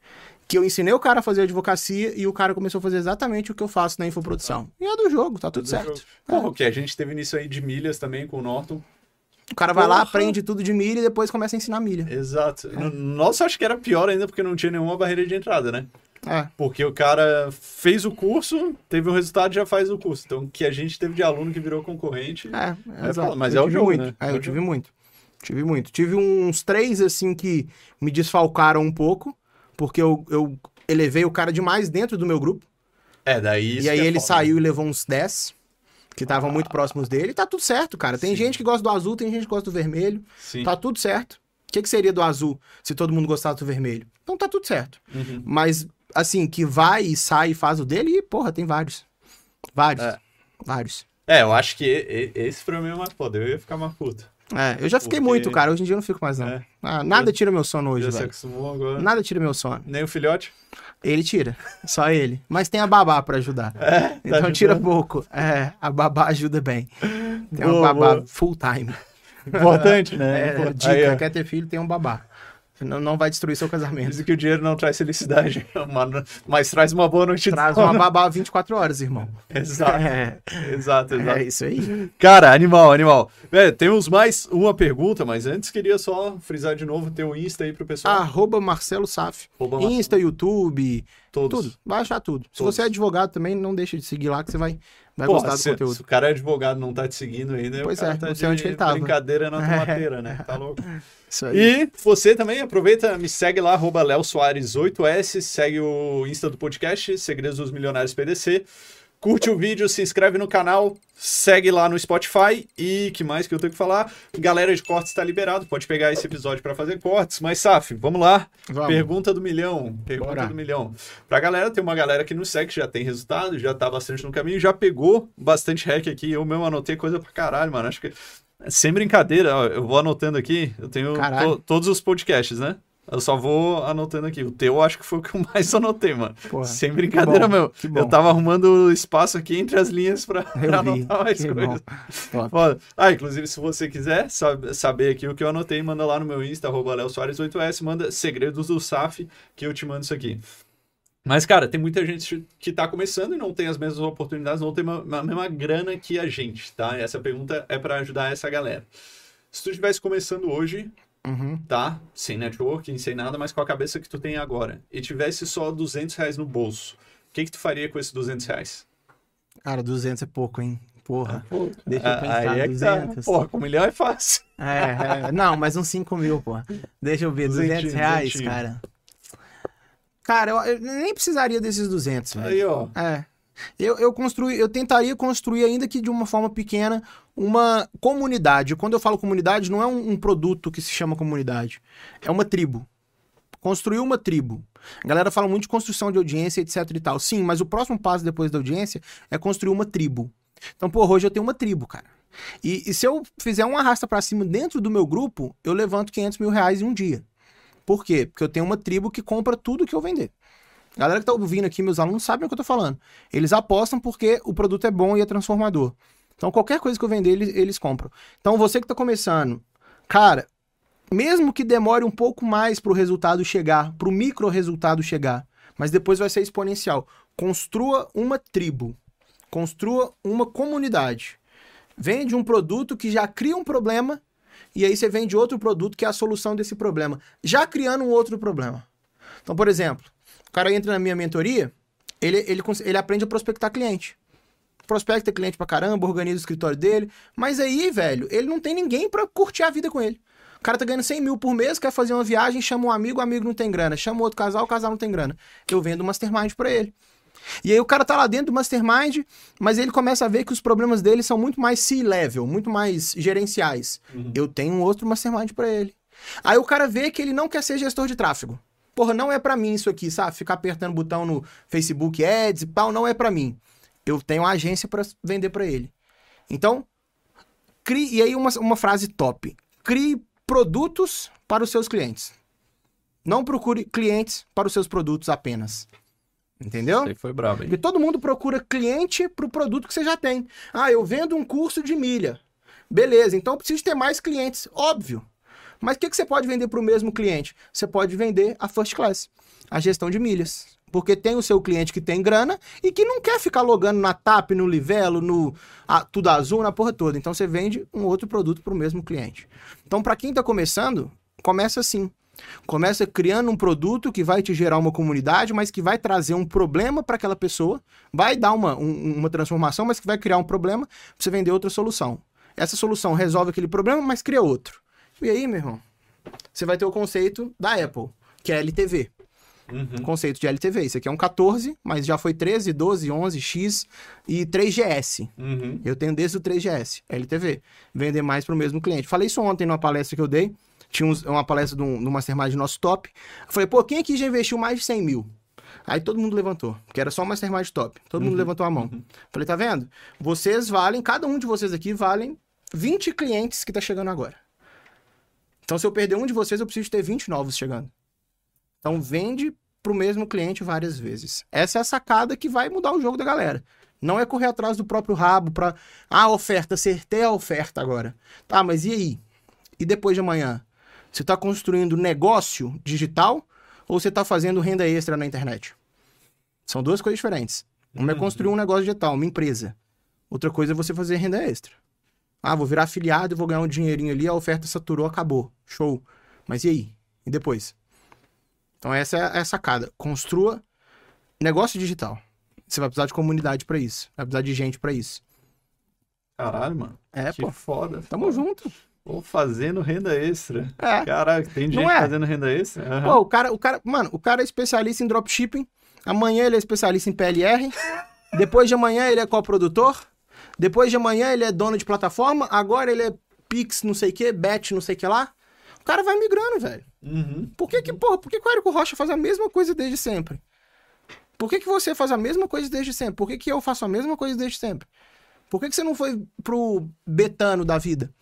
que eu ensinei o cara a fazer advocacia e o cara começou a fazer exatamente o que eu faço na infoprodução. E é do jogo, tá tudo certo. Porra, o que? A gente teve nisso aí de milhas também com o Norton. O cara vai Porra. lá, aprende tudo de milha e depois começa a ensinar milha. Exato. É. Nossa, acho que era pior ainda porque não tinha nenhuma barreira de entrada, né? É. Porque o cara fez o curso, teve um resultado e já faz o curso. Então, o que a gente teve de aluno que virou concorrente... É, é exato. Mas eu é o jogo, muito. né? É, é eu o tive jogo. muito. Tive muito. Tive uns três, assim, que me desfalcaram um pouco, porque eu, eu elevei o cara demais dentro do meu grupo. É, daí isso E aí que é ele foda, saiu né? e levou uns dez, que estavam ah. muito próximos dele. E tá tudo certo, cara. Tem Sim. gente que gosta do azul, tem gente que gosta do vermelho. Sim. Tá tudo certo. O que, que seria do azul se todo mundo gostasse do vermelho? Então tá tudo certo. Uhum. Mas, assim, que vai e sai e faz o dele, e, porra, tem vários. Vários. É. Vários. É, eu acho que e- e- esse pra mim é mais foda. Eu ia ficar mais puto. É, eu já fiquei Porque- muito, cara. Hoje em dia eu não fico mais, não. É. Ah, nada Eu- tira meu sono hoje, Já se velho. acostumou agora. Nada tira meu sono. Nem o filhote? Ele tira. Só ele. Mas tem a babá pra ajudar. É, tá Então ajudando? tira pouco. É, a babá ajuda bem. Tem Boa, uma babá boa. full time. Importante, né? É, Import- dica, Aí, ó. quer ter filho, tem um babá. Senão não vai destruir seu casamento. Dizem que o dinheiro não traz felicidade, mano, mas traz uma boa noite de Traz sono. uma babá vinte e quatro horas, irmão. Exato, É, exato, exato. é isso aí. Cara, animal, animal. Velho, temos mais uma pergunta, mas antes queria só frisar de novo, ter o Insta aí pro pessoal. Arroba Marcelo Saf. Arroba Marcelo. Insta, YouTube, Todos. tudo. Vai achar tudo. Se Todos. você é advogado também, não deixa de seguir lá que você vai, vai Pô, gostar do se, conteúdo. se o cara é advogado e não tá te seguindo ainda, Pois o cara é, tá não sei de onde que ele tava. brincadeira na tomateira, né? Tá louco. Isso aí. E você também aproveita, me segue lá, arroba Léo Soares oito S, segue o Insta do podcast, Segredos dos Milionários P D C. Curte o vídeo, se inscreve no canal, segue lá no Spotify e que mais que eu tenho que falar? Galera de cortes está liberado, pode pegar esse episódio para fazer cortes. Mas, Saf, vamos lá. Vamos. Pergunta do milhão. Pergunta Bora. do milhão. Pra galera, tem uma galera que nos segue, que já tem resultado, já tá bastante no caminho, já pegou bastante hack aqui. Eu mesmo anotei coisa pra caralho, mano. Acho que, sem brincadeira, ó, eu vou anotando aqui. Eu tenho Caralho. to- todos os podcasts, né? Eu só vou anotando aqui. O teu, acho que foi o que eu mais anotei, mano. Porra, Sem brincadeira, que bom, meu. que bom. Eu tava arrumando espaço aqui entre as linhas pra, pra Eu vi. anotar mais Que coisas. bom. Top. Foda. Ah, inclusive, se você quiser sab- saber aqui o que eu anotei, manda lá no meu Insta, arroba Léo Soares oito S, manda Segredos do Saf, que eu te mando isso aqui. Mas, cara, tem muita gente que tá começando e não tem as mesmas oportunidades, não tem uma- a mesma grana que a gente, tá? Essa pergunta é pra ajudar essa galera. Se tu estivesse começando hoje, Uhum. tá? Sem networking, sem nada, mas com a cabeça que tu tem agora, e tivesse só duzentos reais no bolso, o que que tu faria com esses duzentos reais? Cara, duzentos é pouco, hein? Porra. Deixa eu Ah, pensar, aí é que tá. duzentos. Porra, com um milhão é fácil. É, é, não, mas uns cinco mil, pô. Deixa eu ver, Duzentinho, duzentos reais, duzentinho. cara. Cara, eu, eu nem precisaria desses duzentos, velho. Aí, ó. É. Eu, eu construí, eu tentaria construir, ainda que de uma forma pequena, uma comunidade. Quando eu falo comunidade, não é um, um produto que se chama comunidade. É uma tribo. Construir uma tribo. A galera fala muito de construção de audiência, etc e tal. Sim, mas o próximo passo depois da audiência é construir uma tribo. Então, pô, hoje eu tenho uma tribo, cara. E, e se eu fizer um arrasta pra cima dentro do meu grupo, eu levanto quinhentos mil reais em um dia. Por quê? Porque eu tenho uma tribo que compra tudo que eu vender. A galera que tá ouvindo aqui, meus alunos, sabem o que eu tô falando. Eles apostam porque o produto é bom e é transformador. Então, qualquer coisa que eu vender, eles, eles compram. Então, você que tá começando, cara, mesmo que demore um pouco mais pro resultado chegar, pro micro resultado chegar, mas depois vai ser exponencial. Construa uma tribo. Construa uma comunidade. Vende um produto que já cria um problema e aí você vende outro produto que é a solução desse problema, já criando um outro problema. Então, por exemplo, o cara entra na minha mentoria, ele, ele, ele aprende a prospectar cliente. Prospecta cliente pra caramba, organiza o escritório dele, mas aí, velho, ele não tem ninguém pra curtir a vida com ele. O cara tá ganhando cem mil por mês, quer fazer uma viagem, chama um amigo, o amigo não tem grana. Chama outro casal, o casal não tem grana. Eu vendo um mastermind pra ele. E aí o cara tá lá dentro do mastermind, mas ele começa a ver que os problemas dele são muito mais C-level, muito mais gerenciais. Uhum. Eu tenho um outro mastermind pra ele. Aí o cara vê que ele não quer ser gestor de tráfego. Porra, não é pra mim isso aqui, sabe? Ficar apertando botão no Facebook Ads e tal, não é pra mim. Eu tenho uma agência pra vender pra ele. Então, crie... E aí uma, uma frase top. Crie produtos para os seus clientes. Não procure clientes para os seus produtos apenas. Entendeu? Isso aí foi brabo, hein? Porque todo mundo procura cliente pro produto que você já tem. Ah, eu vendo um curso de milha. Beleza, então eu preciso ter mais clientes. Óbvio. Mas o que, que você pode vender para o mesmo cliente? Você pode vender a First Class, a gestão de milhas. Porque tem o seu cliente que tem grana e que não quer ficar logando na T A P, no Livelo, no a, Tudo Azul, na porra toda. Então você vende um outro produto para o mesmo cliente. Então para quem está começando, começa assim. Começa criando um produto que vai te gerar uma comunidade, mas que vai trazer um problema para aquela pessoa, vai dar uma, um, uma transformação, mas que vai criar um problema para você vender outra solução. Essa solução resolve aquele problema, mas cria outro. E aí, meu irmão, você vai ter o conceito da Apple, que é L T V. Uhum. Conceito de L T V. Isso aqui é um quatorze, mas já foi treze, doze, onze, X e três G S. Uhum. Eu tenho desde o três G S, L T V. Vender mais para o mesmo cliente. Falei isso ontem numa palestra que eu dei. Tinha uns, uma palestra do, do Mastermind nosso top. Eu falei, pô, quem aqui já investiu mais de cem mil? Aí todo mundo levantou, porque era só o Mastermind top. Todo uhum. mundo levantou a mão. Uhum. Falei, tá vendo? Vocês valem, cada um de vocês aqui valem vinte clientes que tá chegando agora. Então, se eu perder um de vocês, eu preciso ter vinte novos chegando. Então, vende pro mesmo cliente várias vezes. Essa é a sacada que vai mudar o jogo da galera. Não é correr atrás do próprio rabo pra... Ah, oferta, acertei a oferta agora. Tá, mas e aí? E depois de amanhã? Você está construindo negócio digital ou você está fazendo renda extra na internet? São duas coisas diferentes. Uma é construir um negócio digital, uma empresa. Outra coisa é você fazer renda extra. Ah, vou virar afiliado e vou ganhar um dinheirinho ali, a oferta saturou, acabou. Show. Mas e aí? E depois? Então essa é a sacada. Construa negócio digital. Você vai precisar de comunidade para isso. Vai precisar de gente para isso. Caralho, mano. É, que pô. foda. Tamo foda. junto. Ou fazendo renda extra. É. Caraca, tem gente é? fazendo renda extra? Uhum. Pô, o cara, o cara... Mano, o cara é especialista em dropshipping. Amanhã ele é especialista em P L R. Depois de amanhã ele é coprodutor. Depois de amanhã ele é dono de plataforma. Agora ele é Pix, não sei o que, Bet, não sei o que lá. O cara vai migrando, velho. Uhum. Por que que, porra, por que que o Érico Rocha faz a mesma coisa desde sempre? Por que que você faz a mesma coisa desde sempre? Por que que eu faço a mesma coisa desde sempre? Por que que você não foi pro Betano da vida?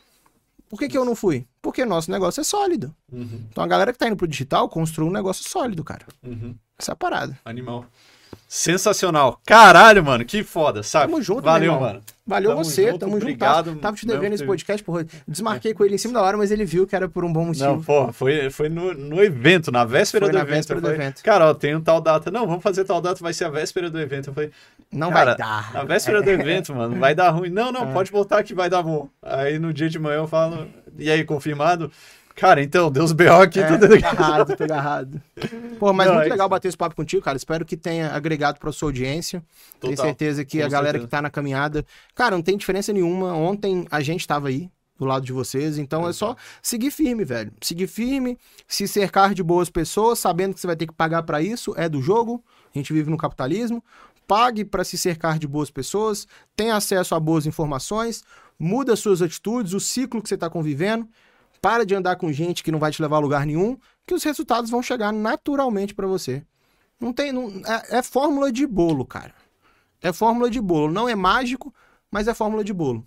Por que que eu não fui? Porque nosso negócio é sólido. Uhum. Então a galera que tá indo pro digital construiu um negócio sólido, cara. Uhum. Essa é a parada. Animal. Sensacional. Caralho, mano, que foda, sabe? Tamo junto, Valeu, meu irmão. mano. Valeu tamo você, junto, tamo obrigado, junto. Tava te devendo esse podcast, porra. Desmarquei com ele em cima da hora, mas ele viu que era por um bom motivo. Não, porra, foi, foi no, no evento, na véspera foi do na evento. Véspera do falei, evento. Cara, ó, tem um tal data. Não, vamos fazer tal data, vai ser a véspera do evento. Eu falei, não cara, vai dar. Na véspera do evento, mano, vai dar ruim. Não, não, é. pode voltar que vai dar bom. Aí no dia de manhã eu falo, e aí, confirmado? Cara, então, Deus B O aqui, é, tudo tudo agarrado, tudo agarrado. Pô, mas não, muito é legal isso. bater esse papo contigo, cara. Espero que tenha agregado pra sua audiência. Total. Tenho certeza que Com a galera certeza. que tá na caminhada... Cara, não tem diferença nenhuma. Ontem a gente tava aí, do lado de vocês. Então é, é só seguir firme, velho. Seguir firme, se cercar de boas pessoas, sabendo que você vai ter que pagar pra isso. É do jogo. A gente vive no capitalismo. Pague pra se cercar de boas pessoas. Tenha acesso a boas informações. Muda suas atitudes, o ciclo que você tá convivendo. Para de andar com gente que não vai te levar a lugar nenhum, que os resultados vão chegar naturalmente pra você. Não tem, não, é, é fórmula de bolo, cara. É fórmula de bolo. Não é mágico, mas é fórmula de bolo.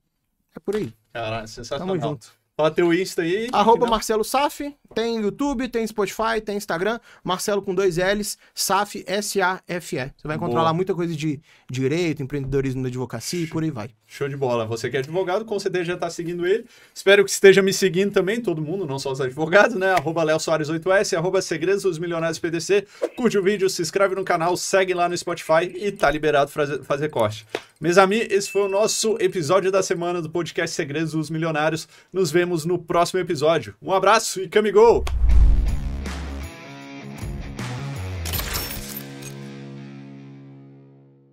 É por aí. Caralho, sensacional. Tamo junto. Fala teu Insta aí. Arroba Marcelo Saf, tem YouTube, tem Spotify, tem Instagram, Marcelo com dois L's, Saf, S A F E. Você vai encontrar Boa. lá muita coisa de direito, empreendedorismo da advocacia e por aí vai. Show de bola. Você que é advogado, com certeza já está seguindo ele. Espero que esteja me seguindo também, todo mundo, não só os advogados, né? Arroba Léo Soares oito S, arroba Segredos dos Milionários P D C. Curte o vídeo, se inscreve no canal, segue lá no Spotify e tá liberado fazer, fazer corte. Meus amigos, esse foi o nosso episódio da semana do podcast Segredos dos Milionários. Nos vemos no próximo episódio. Um abraço e Camigol!